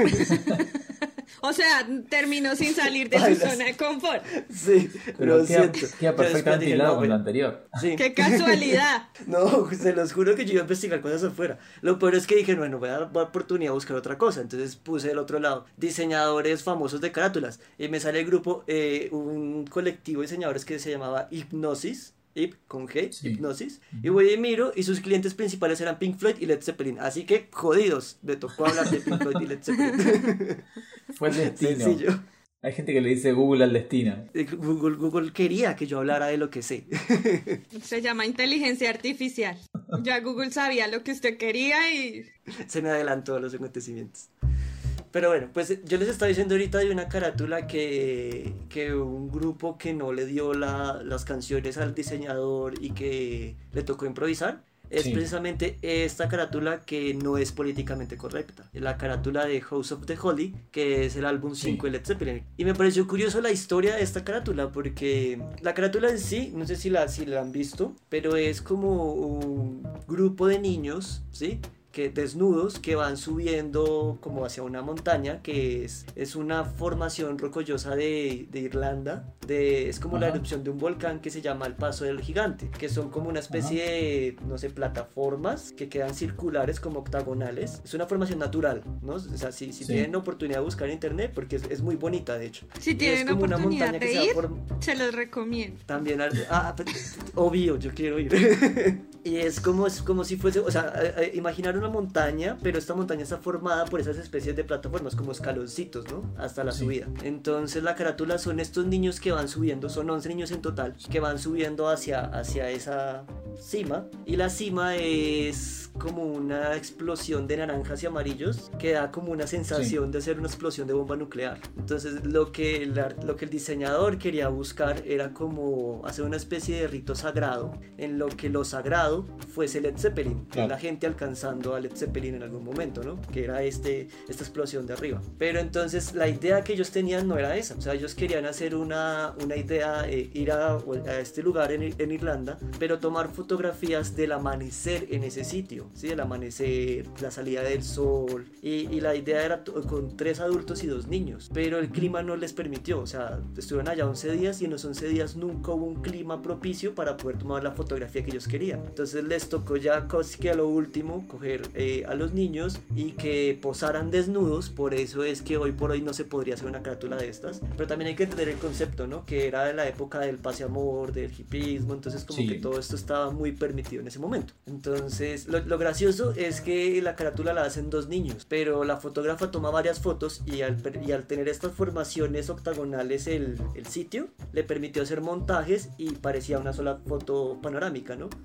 o sea, terminó sin salir de su Bailas. zona de confort. Sí, Pero lo queda siento. queda Yo después perfectamente dije, hilado no, con lo bueno, anterior. sí. Qué casualidad. No, se los juro que yo iba a investigar cosas afuera. Lo peor es que dije, bueno, voy a dar oportunidad a buscar otra cosa. Entonces puse del otro lado, diseñadores famosos de carátulas. Y me sale el grupo, un colectivo de diseñadores que se llamaba Hipnosis. Con G, Sí. Hipnosis. Y voy y miro, y sus clientes principales eran Pink Floyd y Led Zeppelin. Así que, jodidos, me tocó hablar de Pink Floyd y Led Zeppelin. Fue el destino. Sencillo. Hay gente que le dice Google al destino. Google quería que yo hablara de lo que sé. Se llama inteligencia artificial. Ya Google sabía lo que usted quería y... Se me adelantó a los acontecimientos. Pero bueno, pues yo les estaba diciendo ahorita de una carátula que un grupo que no le dio las canciones al diseñador y que le tocó improvisar. Es Sí. precisamente esta carátula que no es políticamente correcta. La carátula de House of the Holy, que es el álbum 5 Sí. de Led Zeppelin. Y me pareció curioso la historia de esta carátula, porque la carátula en sí, no sé si la han visto, pero es como un grupo de niños, ¿sí? Que desnudos que van subiendo como hacia una montaña que es una formación rocoyosa de Irlanda, es como la Ajá. erupción de un volcán que se llama el Paso del Gigante, que son como una especie de, no sé, plataformas que quedan circulares como octagonales. Es una formación natural, ¿no? O sea, si Sí. tienen oportunidad de buscar en internet, porque es muy bonita de hecho. Si Y es tienen como una oportunidad montaña que de se va ir, por- se los recomiendo. también, obvio, yo quiero ir. Y es como si fuese, o sea, imaginar una montaña, pero esta montaña está formada por esas especies de plataformas, como escaloncitos, ¿no? Hasta la Sí. subida. Entonces la carátula son estos niños que van subiendo, son 11 niños en total, que van subiendo hacia esa cima. Y la cima es como una explosión de naranjas y amarillos que da como una sensación de hacer una explosión de bomba nuclear. Entonces lo que el diseñador quería buscar era como hacer una especie de rito sagrado en lo que lo sagrado fuese Led Zeppelin, Claro. la gente alcanzando a Led Zeppelin en algún momento, ¿no? Que era esta explosión de arriba. Pero entonces la idea que ellos tenían no era esa, o sea, ellos querían hacer una idea, ir a este lugar en Irlanda, pero tomar fotografías del amanecer en ese sitio, ¿sí? El amanecer, la salida del sol, y la idea era con 3 adultos y 2 niños, pero el clima no les permitió, o sea, estuvieron allá 11 días y en los 11 días nunca hubo un clima propicio para poder tomar la fotografía que ellos querían. Entonces les tocó ya casi que a lo último coger a los niños y que posaran desnudos. Por eso es que hoy por hoy no se podría hacer una carátula de estas, pero también hay que entender el concepto, ¿no? Que era de la época del paz y amor, del hipismo, entonces como Sí. que todo esto estaba muy permitido en ese momento. Entonces lo gracioso es que la carátula la hacen 2 niños, pero la fotógrafa toma varias fotos y al tener estas formaciones octagonales el sitio le permitió hacer montajes y parecía una sola foto panorámica, ¿no? Entonces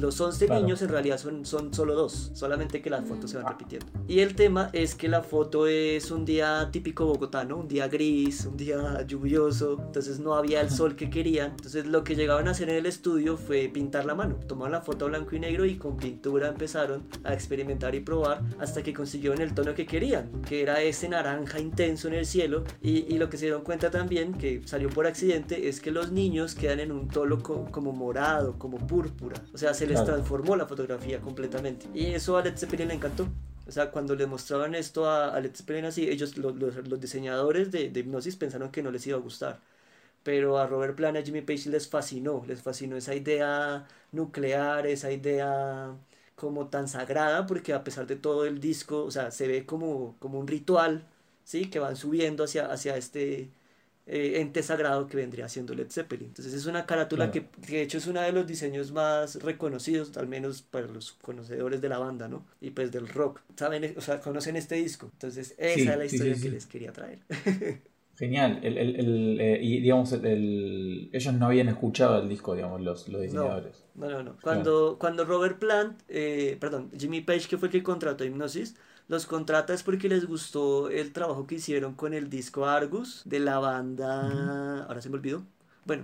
los 11 Claro. niños en realidad son solo 2, solamente que las fotos se van repitiendo. Y el tema es que la foto es un día típico bogotano, un día gris, un día lluvioso, entonces no había el sol que querían. Entonces lo que llegaban a hacer en el estudio fue pintar la mano. Tomaron la foto a blanco y negro y con pintura empezaron a experimentar y probar hasta que consiguieron el tono que querían, que era ese naranja intenso en el cielo. Y lo que se dieron cuenta también, que salió por accidente, es que los niños quedan en un tono como morado, como púrpura. O sea, se les Claro. transformó la fotografía completamente. Y eso a Led Zeppelin le encantó. O sea, cuando le mostraban esto a Led Zeppelin así, ellos, los diseñadores de Hipnosis pensaron que no les iba a gustar. Pero a Robert Plant y a Jimmy Page les fascinó esa idea nuclear, esa idea como tan sagrada, porque a pesar de todo el disco, o sea, se ve como un ritual, ¿sí? Que van subiendo hacia este ente sagrado que vendría siendo Led Zeppelin. Entonces es una carátula Claro. que de hecho es uno de los diseños más reconocidos, al menos para los conocedores de la banda, ¿no? Y pues del rock, ¿saben? O sea, conocen este disco. Entonces esa es la Sí, sí, historia sí, que sí. les quería traer. Genial. Y digamos, ellos no habían escuchado el disco, digamos, los No, diseñadores. no. Claro. Cuando Robert Plant, perdón, Jimmy Page, que fue el que contrató a Hipnosis, los contrata es porque les gustó el trabajo que hicieron con el disco Argus de la Ujú. banda, ahora se me olvidó, bueno,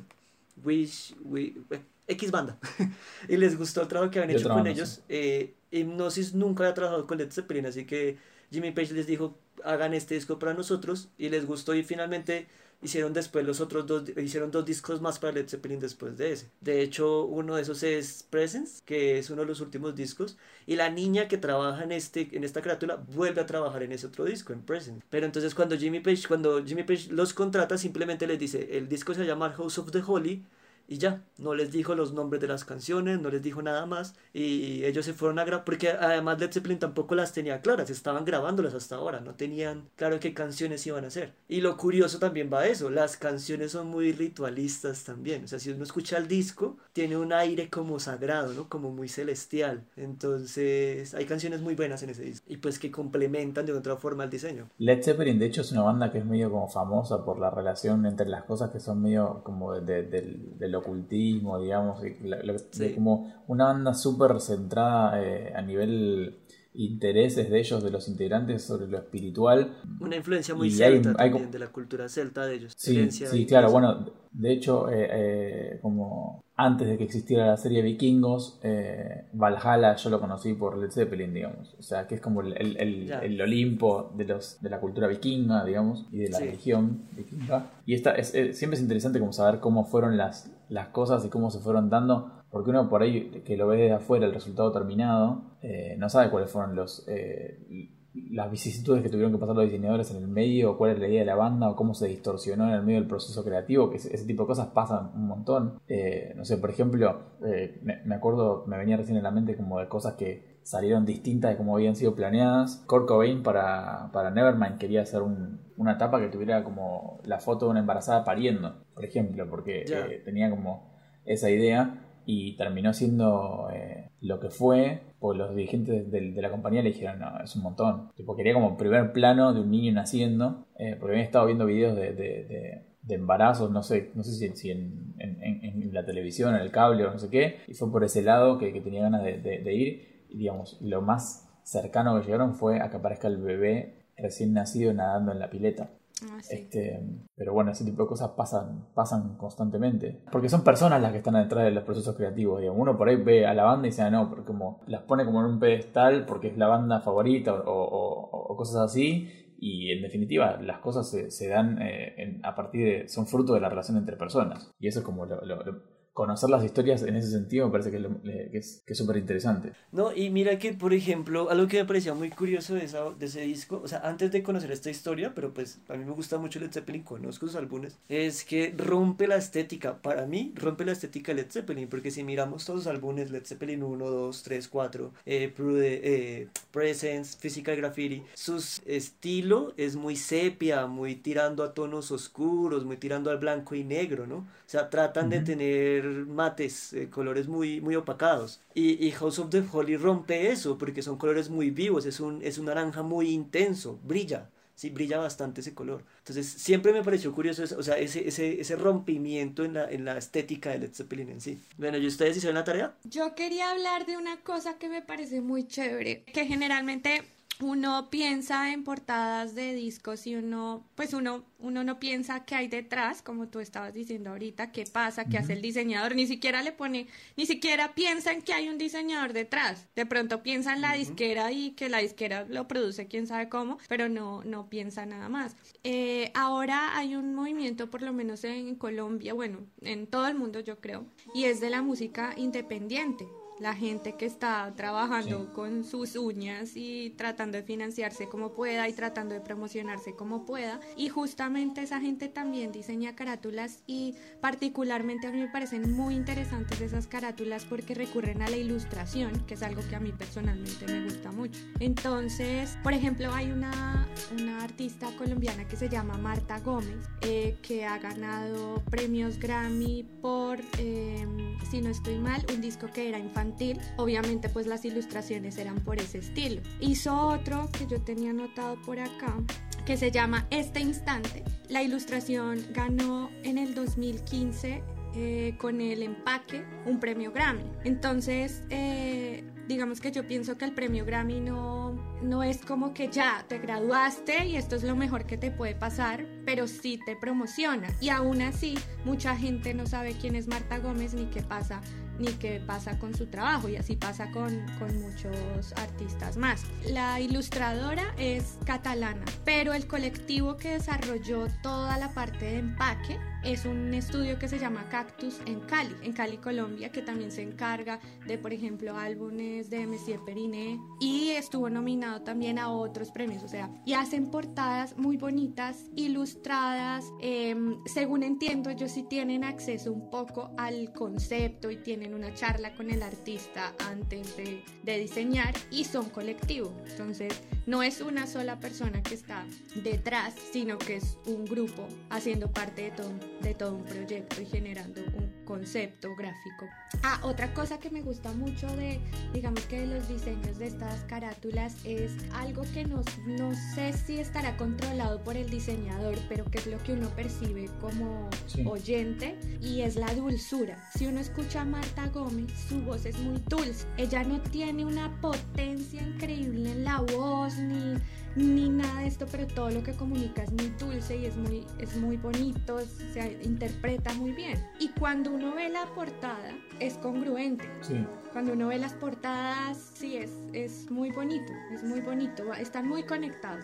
X banda, y les gustó el trabajo que habían De hecho otra con banda, sí. ellos. Hipnosis nunca había trabajado con Led Zeppelin, así que Jimmy Page les dijo, hagan este disco para nosotros, y les gustó y finalmente hicieron después los otros dos, hicieron dos discos más para Led Zeppelin después de ese. De hecho, uno de esos es Presence, que es uno de los últimos discos, y la niña que trabaja en esta carátula vuelve a trabajar en ese otro disco, en Presence. Pero entonces cuando Jimmy Page los contrata, simplemente les dice, el disco se llama House of the Holy, y ya, no les dijo los nombres de las canciones, no les dijo nada más, y ellos se fueron a grabar, porque además Led Zeppelin tampoco las tenía claras, estaban grabándolas hasta ahora, no tenían claro qué canciones iban a hacer. Y lo curioso también va a eso, las canciones son muy ritualistas también, o sea, si uno escucha el disco, tiene un aire como sagrado, ¿no? Como muy celestial, entonces hay canciones muy buenas en ese disco, y pues que complementan de otra forma el diseño. Led Zeppelin, de hecho, es una banda que es medio como famosa por la relación entre las cosas que son medio como del ocultismo, digamos, y de Sí, como una banda súper centrada a nivel intereses de ellos, de los integrantes, sobre lo espiritual. una influencia muy Y celta hay también, de la cultura celta de ellos, Sí, herencia sí, y claro, eso. bueno, de hecho, como antes de que existiera la serie Vikingos, Valhalla yo lo conocí por Led Zeppelin, digamos, o sea, que es como Ya, el Olimpo de la cultura vikinga, digamos, y de la sí. religión vikinga. Y siempre es interesante como saber cómo fueron las cosas y cómo se fueron dando, porque uno por ahí que lo ve desde afuera, el resultado terminado, no sabe cuáles fueron las vicisitudes que tuvieron que pasar los diseñadores en el medio, o cuál es la idea de la banda, o cómo se distorsionó en el medio del proceso creativo, que ese tipo de cosas pasan un montón. No sé, por ejemplo, me acuerdo, me venía recién en la mente como de cosas que salieron distintas de como habían sido planeadas. Kurt Cobain para Nevermind quería hacer una tapa que tuviera como la foto de una embarazada pariendo, por ejemplo, porque Ya, tenía como esa idea y terminó siendo lo que fue, pues los dirigentes de la compañía le dijeron, no, es un montón. Tipo, quería como primer plano de un niño naciendo, porque habían estado viendo videos de embarazos, no sé si en la televisión, en el cable o no sé qué, y fue por ese lado que tenía ganas de ir, y digamos, lo más cercano que llegaron fue a que aparezca el bebé recién nacido nadando en la pileta. Ah, sí. Pero bueno, ese tipo de cosas pasan constantemente. Porque son personas las que están detrás de los procesos creativos. Digamos. Uno por ahí ve a la banda y dice, ah, no, porque como las pone como en un pedestal porque es la banda favorita o cosas así. Y en definitiva, las cosas se dan a partir son fruto de la relación entre personas. Y eso es como conocer las historias en ese sentido me parece que es súper interesante. no, y mira que, por ejemplo, algo que me parecía muy curioso de ese disco, o sea, antes de conocer esta historia, pero pues a mí me gusta mucho Led Zeppelin, conozco sus álbumes, es que rompe la estética, para mí, rompe la estética de Led Zeppelin, porque si miramos todos los álbumes, Led Zeppelin 1, 2, 3, 4, Presence, Physical Graffiti, su estilo es muy sepia, muy tirando a tonos oscuros, muy tirando al blanco y negro, ¿no? O sea, tratan de Ujú. tener mates, colores muy opacados. Y House of the Holy rompe eso, porque son colores muy vivos, es un naranja muy intenso, brilla. sí, brilla bastante ese color. Entonces siempre me pareció curioso eso, o sea, ese rompimiento en la estética de Led Zeppelin en sí. Bueno, ¿y ustedes hicieron la tarea? Yo quería hablar de una cosa que me parece muy chévere, que generalmente uno piensa en portadas de discos y uno no piensa qué hay detrás, como tú estabas diciendo ahorita, qué pasa, qué hace el diseñador, ni siquiera piensa en que hay un diseñador detrás. De pronto piensa en la disquera y que la disquera lo produce quién sabe cómo, pero no piensa nada más. Ahora hay un movimiento, por lo menos en Colombia, bueno, en todo el mundo yo creo, y es de la música independiente. La gente que está trabajando con sus uñas y tratando de financiarse como pueda y tratando de promocionarse como pueda. Y justamente esa gente también diseña carátulas y particularmente a mí me parecen muy interesantes esas carátulas porque recurren a la ilustración, que es algo que a mí personalmente me gusta mucho. Entonces, por ejemplo, hay una artista colombiana que se llama Marta Gómez, que ha ganado premios Grammy por, si no estoy mal, un disco que era infantil. Obviamente pues las ilustraciones eran por ese estilo. Hizo otro que yo tenía anotado por acá que se llama Este Instante. La ilustración ganó en el 2015 con el empaque un premio Grammy. Entonces digamos que yo pienso que el premio Grammy no es como que ya te graduaste y esto es lo mejor que te puede pasar, pero sí te promociona. Y aún así mucha gente no sabe quién es Marta Gómez ni qué pasa con su trabajo, y así pasa con muchos artistas más. La ilustradora es catalana, pero el colectivo que desarrolló toda la parte de empaque es un estudio que se llama Cactus en Cali, Colombia, que también se encarga de, por ejemplo, álbumes de Messier Periné, y estuvo nominado también a otros premios, o sea, y hacen portadas muy bonitas, ilustradas, según entiendo, ellos sí tienen acceso un poco al concepto y tienen una charla con el artista antes de diseñar, y son colectivo, entonces no es una sola persona que está detrás, sino que es un grupo haciendo parte de todo un proyecto y generando un concepto gráfico. Otra cosa que me gusta mucho digamos que de los diseños de estas carátulas es algo que no sé si estará controlado por el diseñador, pero que es lo que uno percibe como oyente, y es la dulzura. Si uno escucha a Marta Gómez, su voz es muy dulce. Ella no tiene una potencia increíble en la voz ni nada de esto, pero todo lo que comunica es muy dulce y es muy bonito, se interpreta muy bien. Y cuando uno ve la portada es congruente. Sí. Cuando uno ve las portadas, sí, es muy bonito, están muy conectados.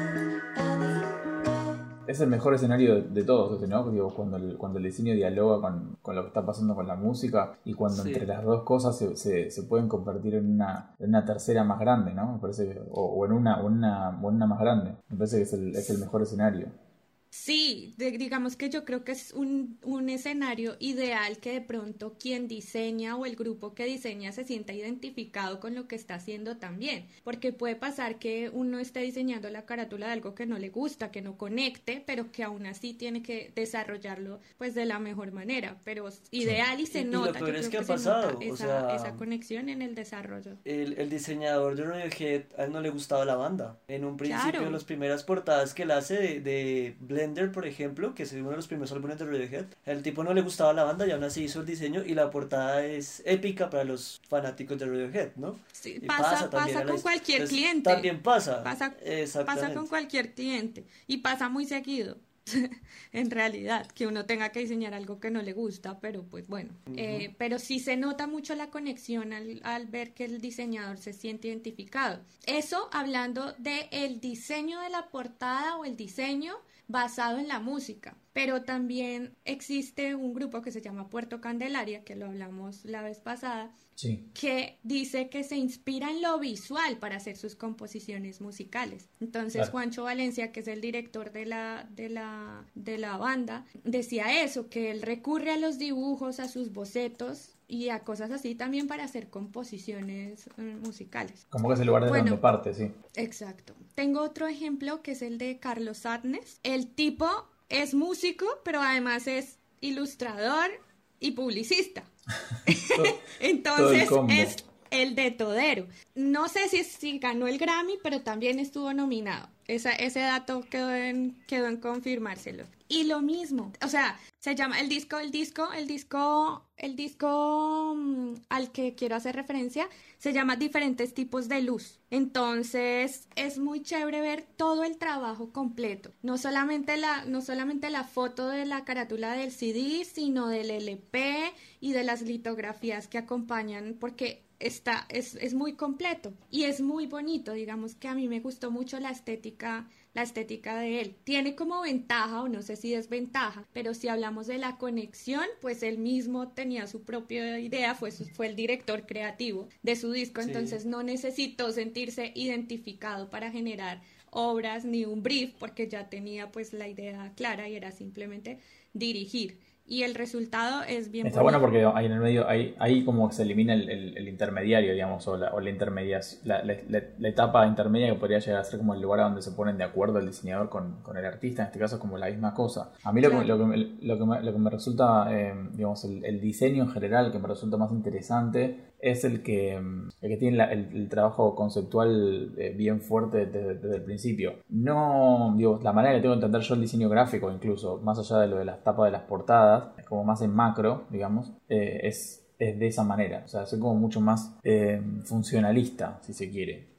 Es el mejor escenario de todos, ¿no? Digo, cuando el diseño dialoga con lo que está pasando con la música, y cuando entre las dos cosas se pueden convertir en una tercera más grande, ¿no? Me parece que, o en una más grande. Me parece que es el mejor escenario. Sí, digamos que yo creo que es un escenario ideal que de pronto quien diseña o el grupo que diseña se sienta identificado con lo que está haciendo también, porque puede pasar que uno esté diseñando la carátula de algo que no le gusta, que no conecte, pero que aún así tiene que desarrollarlo pues de la mejor manera, pero ideal, y se nota. Y lo peor es que ha pasado, esa conexión en el desarrollo. El diseñador de Radiohead, a él no le gustaba la banda. En un principio, las primeras portadas que él hace de Blender, por ejemplo, que es uno de los primeros álbumes de Radiohead, el tipo no le gustaba la banda y aún así hizo el diseño, y la portada es épica para los fanáticos de Radiohead, ¿no? Sí, pasa con cualquier cliente. También pasa con cualquier cliente, y pasa muy seguido. En realidad, que uno tenga que diseñar algo que no le gusta, pero pues bueno, pero sí se nota mucho la conexión al ver que el diseñador se siente identificado. Eso hablando de el diseño de la portada o el diseño basado en la música, pero también existe un grupo que se llama Puerto Candelaria, que lo hablamos la vez pasada, que dice que se inspira en lo visual para hacer sus composiciones musicales. Entonces Juancho Valencia, que es el director de la banda, decía eso, que él recurre a los dibujos, a sus bocetos y a cosas así también para hacer composiciones musicales. Como que es el lugar de donde parte, sí. Exacto. Tengo otro ejemplo que es el de Carlos Adnes. El tipo es músico, pero además es ilustrador y publicista. Entonces el de Todero. No sé si ganó el Grammy, pero también estuvo nominado. Ese dato quedó en confirmárselo. Y lo mismo, o sea, se llama el disco al que quiero hacer referencia, se llama Diferentes tipos de luz. Entonces, es muy chévere ver todo el trabajo completo. No solamente la foto de la carátula del CD, sino del LP y de las litografías que acompañan, porque es muy completo y es muy bonito. Digamos que a mí me gustó mucho la estética de él. Tiene como ventaja, o no sé si desventaja, pero si hablamos de la conexión, pues él mismo tenía su propia idea, fue el director creativo de su disco, sí. Entonces no necesitó sentirse identificado para generar obras ni un brief, porque ya tenía pues la idea clara y era simplemente dirigir. Y el resultado es bien Está bueno porque ahí en el medio, ahí como se elimina el intermediario, digamos, o la intermediación, la etapa intermedia que podría llegar a ser como el lugar a donde se ponen de acuerdo el diseñador con el artista. En este caso es como la misma cosa. A mí claro. lo que me resulta, digamos, el diseño en general que me resulta más interesante es el que tiene el trabajo conceptual bien fuerte desde el principio. No, digo, la manera que tengo de entender yo el diseño gráfico, incluso, más allá de lo de las tapas de las portadas, es como más en macro, digamos, es de esa manera. O sea, soy como mucho más funcionalista, si se quiere,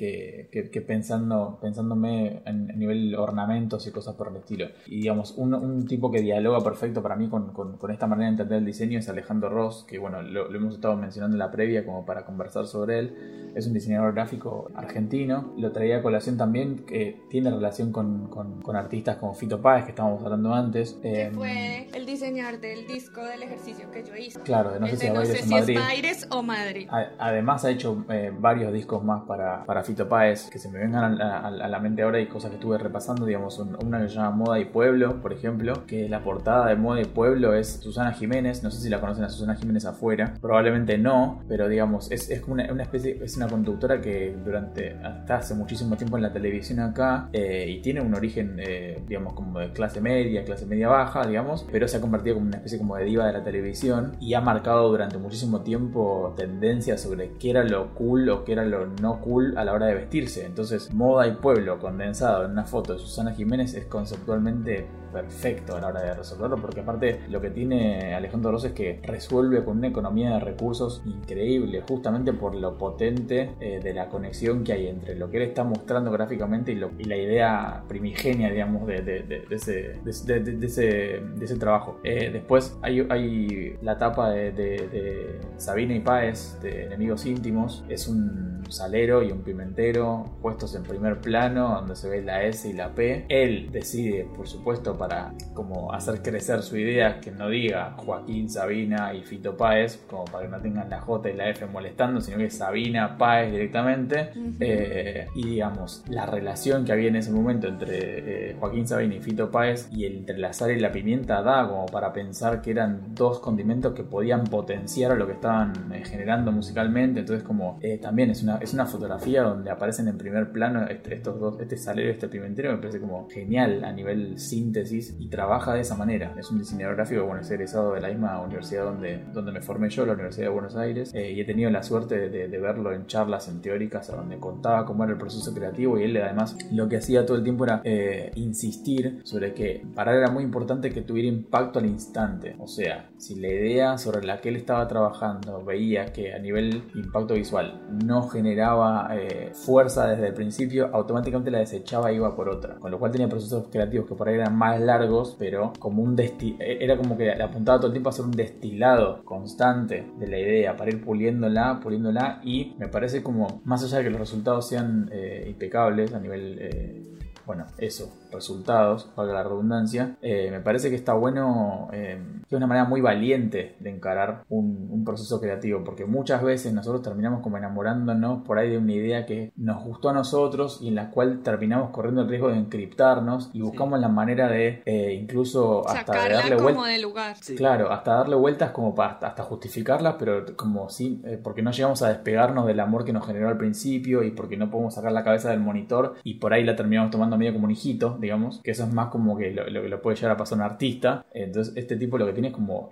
que pensándome en nivel ornamentos y cosas por el estilo. Y digamos, un tipo que dialoga perfecto para mí con esta manera de entender el diseño es Alejandro Ross, que bueno, lo hemos estado mencionando en la previa como para conversar sobre él. Es un diseñador gráfico argentino. Lo traía a colación también, que tiene relación con artistas como Fito Páez, que estábamos hablando antes. Que fue el diseñador del disco del ejercicio que yo hice. Claro, no sé si es Baires o Madrid. Además ha hecho varios discos más para Fito Páez, que se me vengan a la mente ahora, y cosas que estuve repasando, digamos, una que se llama Moda y Pueblo, por ejemplo, que la portada de Moda y Pueblo es Susana Jiménez. No sé si la conocen a Susana Jiménez afuera, probablemente no, pero digamos, es como una especie, es una conductora que hasta hace muchísimo tiempo en la televisión acá, y tiene un origen, digamos, como de clase media baja, digamos, pero se ha convertido como una especie como de diva de la televisión y ha marcado durante muchísimo tiempo tendencias sobre qué era lo cool o qué era lo no cool a la hora de vestirse. Entonces, Moda y Pueblo condensado en una foto de Susana Jiménez es conceptualmente perfecto a la hora de resolverlo, porque aparte lo que tiene Alejandro Ross es que resuelve con una economía de recursos increíble, justamente por lo potente de la conexión que hay entre lo que él está mostrando gráficamente y la idea primigenia, digamos, de ese trabajo. Después hay la tapa de Sabina y Páez, de Enemigos Íntimos. Es un salero y un pimentero puestos en primer plano, donde se ve la S y la P. Él decide, por supuesto, para como hacer crecer su idea, que no diga Joaquín, Sabina y Fito Páez, como para que no tengan la J y la F molestando, sino que Sabina, Páez directamente. Y digamos, la relación que había en ese momento entre Joaquín Sabina y Fito Páez, y entre la sal y la pimienta, da como para pensar que eran dos condimentos que podían potenciar lo que estaban generando musicalmente. Entonces, como también es una fotografía donde aparecen en primer plano estos dos, este salero y este pimentero. Me parece como genial a nivel síntesis, y trabaja de esa manera. Es un diseñador gráfico, bueno, es egresado de la misma universidad donde me formé yo, la Universidad de Buenos Aires, y he tenido la suerte de verlo en charlas, en teóricas, donde contaba cómo era el proceso creativo, y él además lo que hacía todo el tiempo era insistir sobre que para él era muy importante que tuviera impacto al instante. O sea, si la idea sobre la que él estaba trabajando veía que a nivel impacto visual no generaba fuerza desde el principio, automáticamente la desechaba e iba por otra, con lo cual tenía procesos creativos que por ahí eran más largos, pero como era como que le apuntaba todo el tiempo a hacer un destilado constante de la idea para ir puliéndola, y me parece como, más allá de que los resultados sean impecables a nivel bueno, eso, resultados, valga la redundancia, me parece que está bueno, que es una manera muy valiente de encarar un proceso creativo, porque muchas veces nosotros terminamos como enamorándonos por ahí de una idea que nos gustó a nosotros y en la cual terminamos corriendo el riesgo de encriptarnos, y buscamos la manera de incluso hasta de darle vueltas del lugar. Sí. Claro, hasta darle vueltas como para hasta justificarlas, pero como sí, porque no llegamos a despegarnos del amor que nos generó al principio, y porque no podemos sacar la cabeza del monitor, y por ahí la terminamos tomando medio como un hijito, digamos, que eso es más como que lo puede llegar a pasar un artista. Entonces este tipo lo que tiene es como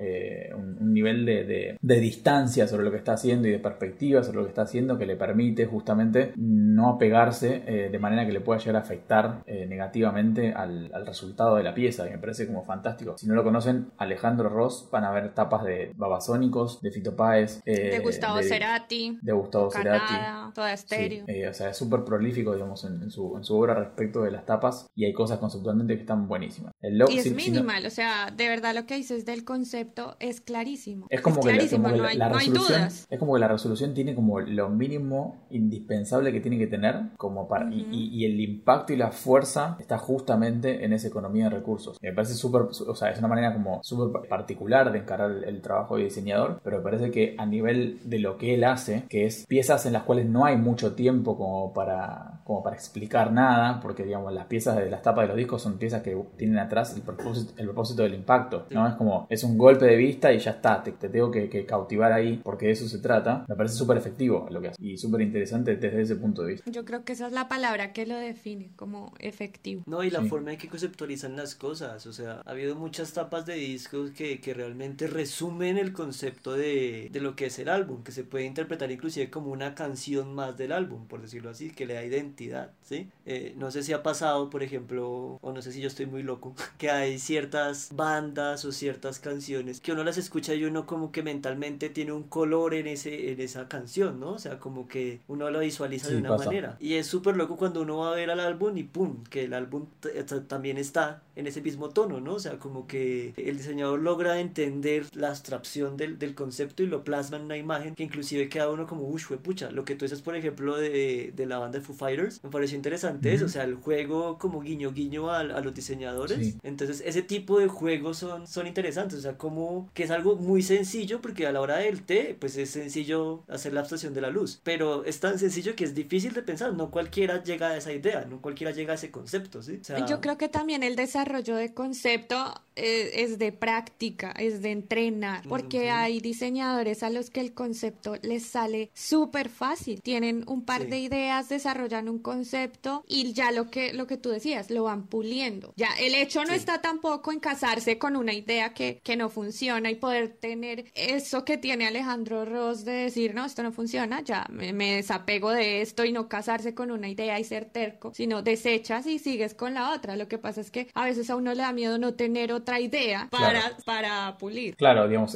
un nivel de distancia sobre lo que está haciendo y de perspectiva sobre lo que está haciendo, que le permite justamente no apegarse de manera que le pueda llegar a afectar negativamente al resultado de la pieza, y me parece como fantástico. Si no lo conocen, Alejandro Ross, van a ver tapas de Babasónicos, de Fito Páez, de Gustavo Cerati, de Gustavo Cerati, Soda Stereo. Sí, o sea, es súper prolífico, digamos, en su obra respecto de las tapas, y hay cosas conceptualmente que están buenísimas. Y es minimal, o sea, de verdad lo que dices del concepto es clarísimo. Es como que no hay dudas. Es como que la resolución tiene como lo mínimo indispensable que tiene que tener como para, y el impacto y la fuerza está justamente en esa economía de recursos. Me parece súper, o sea, es una manera como súper particular de encarar el trabajo de diseñador, pero me parece que a nivel de lo que él hace, que es piezas en las cuales no hay mucho tiempo como para explicar nada, porque digamos las piezas de las tapas de los discos son piezas que tienen atrás el propósito del impacto, ¿no? Es como, es un golpe de vista y ya está, te tengo que cautivar ahí, porque de eso se trata. Me parece súper efectivo lo que hace y súper interesante desde ese punto de vista. Yo creo que esa es la palabra que lo define, como efectivo. No, y la forma en que conceptualizan las cosas, o sea, ha habido muchas tapas de discos que realmente resumen el concepto de lo que es el álbum, que se puede interpretar inclusive como una canción más del álbum, por decirlo así, que le da identidad, ¿sí? No sé si ha pasado, por ejemplo, o no sé si yo estoy muy loco, que hay ciertas bandas o ciertas canciones que uno las escucha y uno como que mentalmente tiene un color en esa canción, ¿no? O sea, como que uno lo visualiza de una manera. Y es súper loco cuando uno va a ver al álbum y ¡pum! Que el álbum también está en ese mismo tono, ¿no? O sea, como que el diseñador logra entender la abstracción del concepto y lo plasma en una imagen que inclusive queda uno como, uy, pucha, lo que tú dices, por ejemplo, de la banda de Foo Fighters, me pareció interesante eso, o sea, el juego como guiño a los diseñadores. Sí. Entonces, ese tipo de juegos son interesantes, o sea, como que es algo muy sencillo, porque a la hora del té, pues es sencillo hacer la abstracción de la luz, pero es tan sencillo que es difícil de pensar, no cualquiera llega a esa idea, no cualquiera llega a ese concepto, ¿sí? O sea, yo creo que también el desarrollo de concepto es de práctica, es de entrenar, porque hay diseñadores a los que el concepto les sale súper fácil, tienen un par de ideas, desarrollan un concepto y ya lo que tú decías, lo van puliendo. Ya el hecho no está tampoco en casarse con una idea que no funciona y poder tener eso que tiene Alejandro Ross de decir, no, esto no funciona, ya me desapego de esto, y no casarse con una idea y ser terco, sino desechas y sigues con la otra. Lo que pasa es que a veces a uno le da miedo no tener otra idea para pulir. Claro, digamos,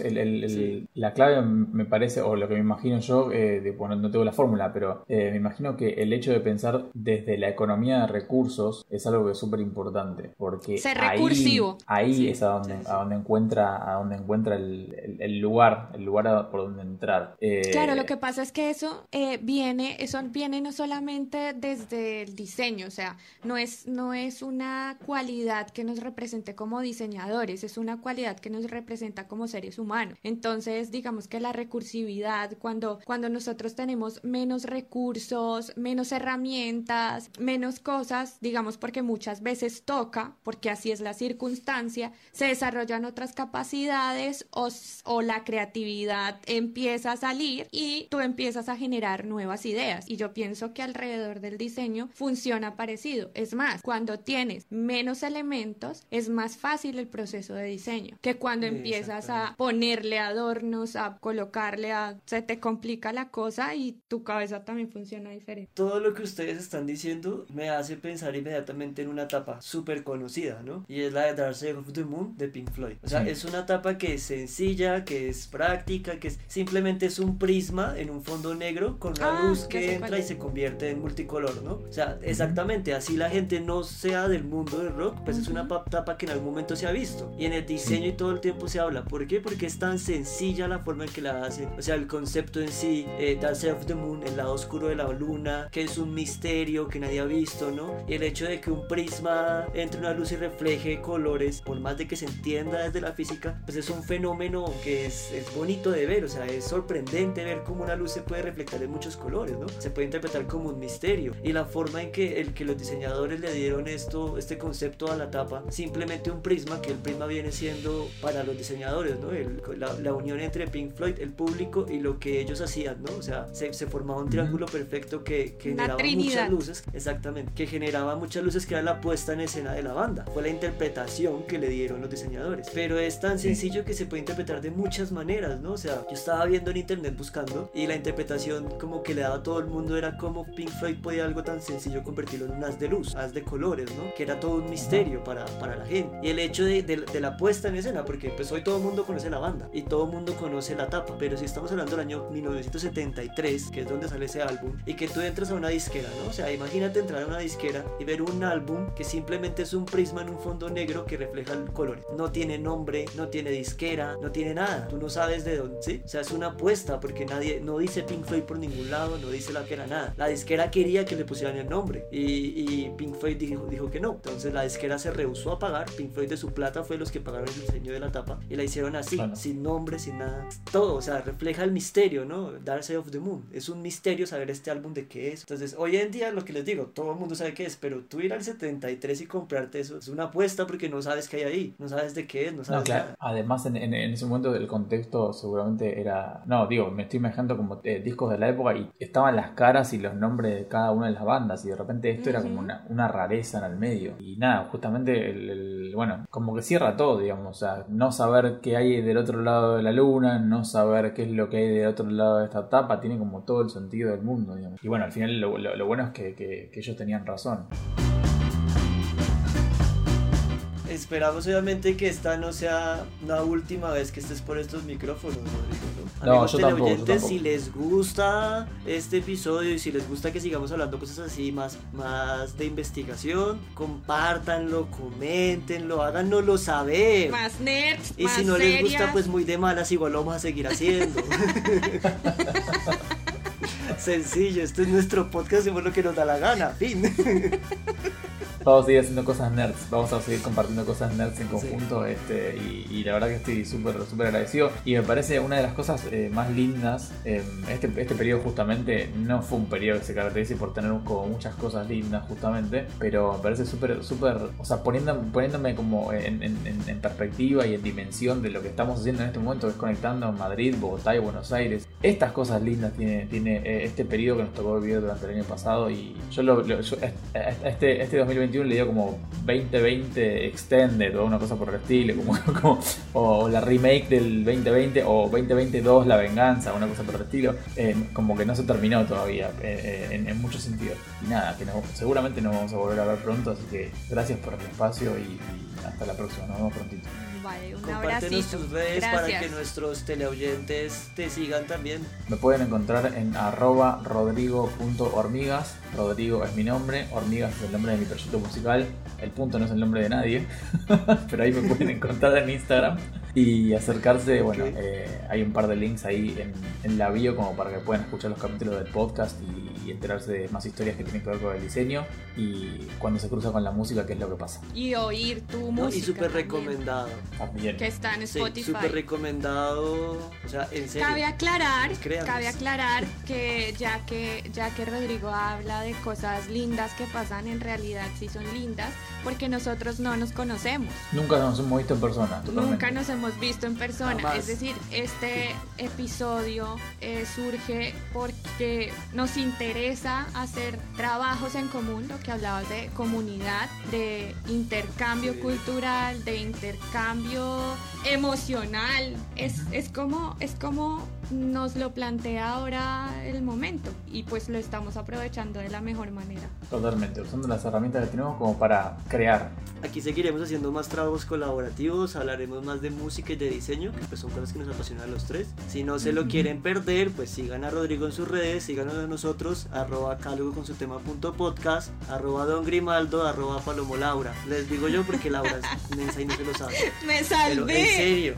la clave me parece, o lo que me imagino yo, bueno, no tengo la fórmula, pero me imagino que el hecho de pensar desde la economía de recursos es algo que es súper importante, porque ser recursivo. Ahí es a donde encuentra el lugar por donde entrar. Claro, lo que pasa es que eso viene no solamente desde el diseño, o sea, no es una cualidad que nos represente como diseñadores, es una cualidad que nos representa como seres humanos. Entonces, digamos que la recursividad, cuando nosotros tenemos menos recursos, menos herramientas, menos cosas, digamos porque muchas veces toca, porque así es la circunstancia, se desarrollan otras capacidades o la creatividad empieza a salir y tú empiezas a generar nuevas ideas. Y yo pienso que alrededor del diseño funciona parecido. Es más, cuando tienes menos elementos, es más fácil el proceso de diseño que cuando empiezas a ponerle adornos, a colocarle, se te complica la cosa y tu cabeza también funciona diferente. Todo lo que ustedes están diciendo me hace pensar inmediatamente en una tapa súper conocida, ¿no? Y es la de Dark Side of the Moon de Pink Floyd. O sea, es una tapa que es sencilla, que es práctica, que simplemente es un prisma en un fondo negro con una luz que entra y se convierte en multicolor, ¿no? O sea, exactamente, así la gente no sea del mundo del rock, pues es una tapa que en algún momento se ha visto. Y en el diseño y todo el tiempo se habla. ¿Por qué? Porque es tan sencilla la forma en que la hacen. O sea, el concepto en sí, Dark Side of the Moon, el lado oscuro de la luna, que es un misterio que nadie ha visto, ¿no? Y el hecho de que un prisma entre una luz y refleje colores, por más de que se entienda desde la física, pues es un fenómeno que es bonito de ver. O sea, es sorprendente ver cómo una luz se puede reflejar en muchos colores, ¿no? Se puede interpretar como un misterio. Y la forma en que los diseñadores le dieron este concepto a la tapa, simplemente un prisma porque el prisma viene siendo para los diseñadores, ¿no? La unión entre Pink Floyd, el público y lo que ellos hacían, ¿no? O sea, se formaba un triángulo perfecto que generaba muchas luces, exactamente, que generaba muchas luces, que era la puesta en escena de la banda. Fue la interpretación que le dieron los diseñadores. Pero es tan sencillo que se puede interpretar de muchas maneras, ¿no? O sea, yo estaba viendo en internet buscando y la interpretación como que le daba a todo el mundo era como Pink Floyd podía algo tan sencillo convertirlo en un haz de luz, haz de colores, ¿no? Que era todo un misterio para la gente. Y el hecho de la puesta en escena, porque pues hoy todo el mundo conoce la banda y todo el mundo conoce la tapa, pero si estamos hablando del año 1973, que es donde sale ese álbum, y que tú entras a una disquera, ¿no? O sea, imagínate entrar a una disquera y ver un álbum que simplemente es un prisma en un fondo negro que refleja el color. No tiene nombre, no tiene disquera, no tiene nada. Tú no sabes de dónde, ¿sí? O sea, es una apuesta porque nadie, no dice Pink Floyd por ningún lado, no dice la que era nada. La disquera quería que le pusieran el nombre y Pink Floyd dijo que no. Entonces la disquera se rehusó a pagar. Pink Floyd de su plata fue los que pagaron el diseño de la tapa y la hicieron así, sin nombre, sin nada. Todo, o sea, refleja el misterio, ¿no? Dark Side of the Moon. Es un misterio saber este álbum de qué es. Entonces, hoy en día, lo que les digo, todo el mundo sabe qué es, pero tú ir al 73 y comprarte eso es una apuesta porque no sabes qué hay ahí, no sabes de qué es, no sabes nada. Además, en ese momento el contexto seguramente era... No, digo, me estoy imaginando como discos de la época y estaban las caras y los nombres de cada una de las bandas y de repente esto era como una rareza en el medio. Y nada, justamente bueno, como que cierra todo, digamos, o sea, no saber qué hay del otro lado de la luna, no saber qué es lo que hay del otro lado de esta tapa, tiene como todo el sentido del mundo, digamos. Y bueno, al final lo bueno es que ellos tenían razón. Esperamos obviamente que esta no sea la última vez que estés por estos micrófonos, Rodrigo, ¿no? No, Amigos yo tampoco. si les gusta este episodio y si les gusta que sigamos hablando cosas así más de investigación, compártanlo, coméntenlo, háganoslo saber. Más nerds, y más si no serias. les gusta, pues muy de malas, igual lo vamos a seguir haciendo. Sencillo, este es nuestro podcast, hacemos lo que nos da la gana, fin. Vamos a seguir haciendo cosas nerds, vamos a seguir compartiendo cosas nerds en conjunto, sí. Y la verdad que estoy súper agradecido y me parece una de las cosas más lindas. Este periodo justamente no fue un periodo que se caracterice por tener como muchas cosas lindas justamente, pero me parece súper, o sea, poniéndome como en perspectiva y en dimensión de lo que estamos haciendo en este momento, que es conectando Madrid, Bogotá y Buenos Aires. Estas cosas lindas tiene este periodo que nos tocó vivir durante el año pasado y yo este 2021 le dio como 2020 Extended o una cosa por el estilo, o la remake del 2020 o 2022 La Venganza, una cosa por el estilo, como que no se terminó todavía en muchos sentidos. Y nada, que seguramente nos vamos a volver a ver pronto, así que gracias por el espacio y hasta la próxima, nos vemos prontito. Vale, un Compártenos abracito. tus redes Gracias. para que nuestros teleoyentes te sigan también. Me pueden encontrar en @rodrigo.hormigas. Rodrigo es mi nombre, Hormigas es el nombre de mi proyecto musical, el punto no es el nombre de nadie, pero ahí me pueden encontrar en Instagram y acercarse. Bueno, hay un par de links ahí en la bio como para que puedan escuchar los capítulos del podcast y enterarse de más historias que tienen que ver con el diseño y cuando se cruza con la música, qué es lo que pasa. Y oír tu ¿No? música. Y súper también, recomendado. También. que está en Sí, Spotify. súper recomendado. O sea, en serio. Cabe aclarar Créanme. que ya que Rodrigo habla de cosas lindas que pasan, en realidad sí son lindas, porque nosotros no nos conocemos. Nunca nos hemos visto en persona, totalmente. Nunca nos hemos visto en persona. Jamás. Es decir, este episodio surge porque nos interesa hacer trabajos en común, lo que hablabas de comunidad, de intercambio Sí. cultural, de intercambio emocional. Es como nos lo plantea ahora el momento y pues lo estamos aprovechando de la mejor manera. Totalmente, usando las herramientas que tenemos como para crear. Aquí seguiremos haciendo más trabajos colaborativos, hablaremos más de música y de diseño, que pues son cosas que nos apasionan a los tres. Si no se lo quieren perder, pues sigan a Rodrigo en sus redes, síganos a nosotros, @cálugo con su tema.podcast, @don Grimaldo, @palomolaura. Les digo yo porque Laura es mensa y no se lo sabe. ¡Me Pero salvé! en serio.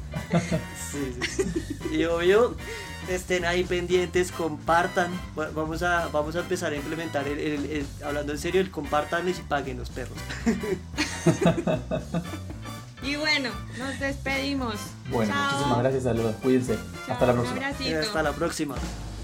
Sí. Y obvio, estén ahí pendientes, compartan. Vamos a empezar a implementar hablando en serio, el compártanos y paguen los perros. Y bueno, nos despedimos. Bueno, Chao. muchísimas gracias a los dos, cuídense. Chao, Hasta la un próxima. abracito. Hasta la próxima.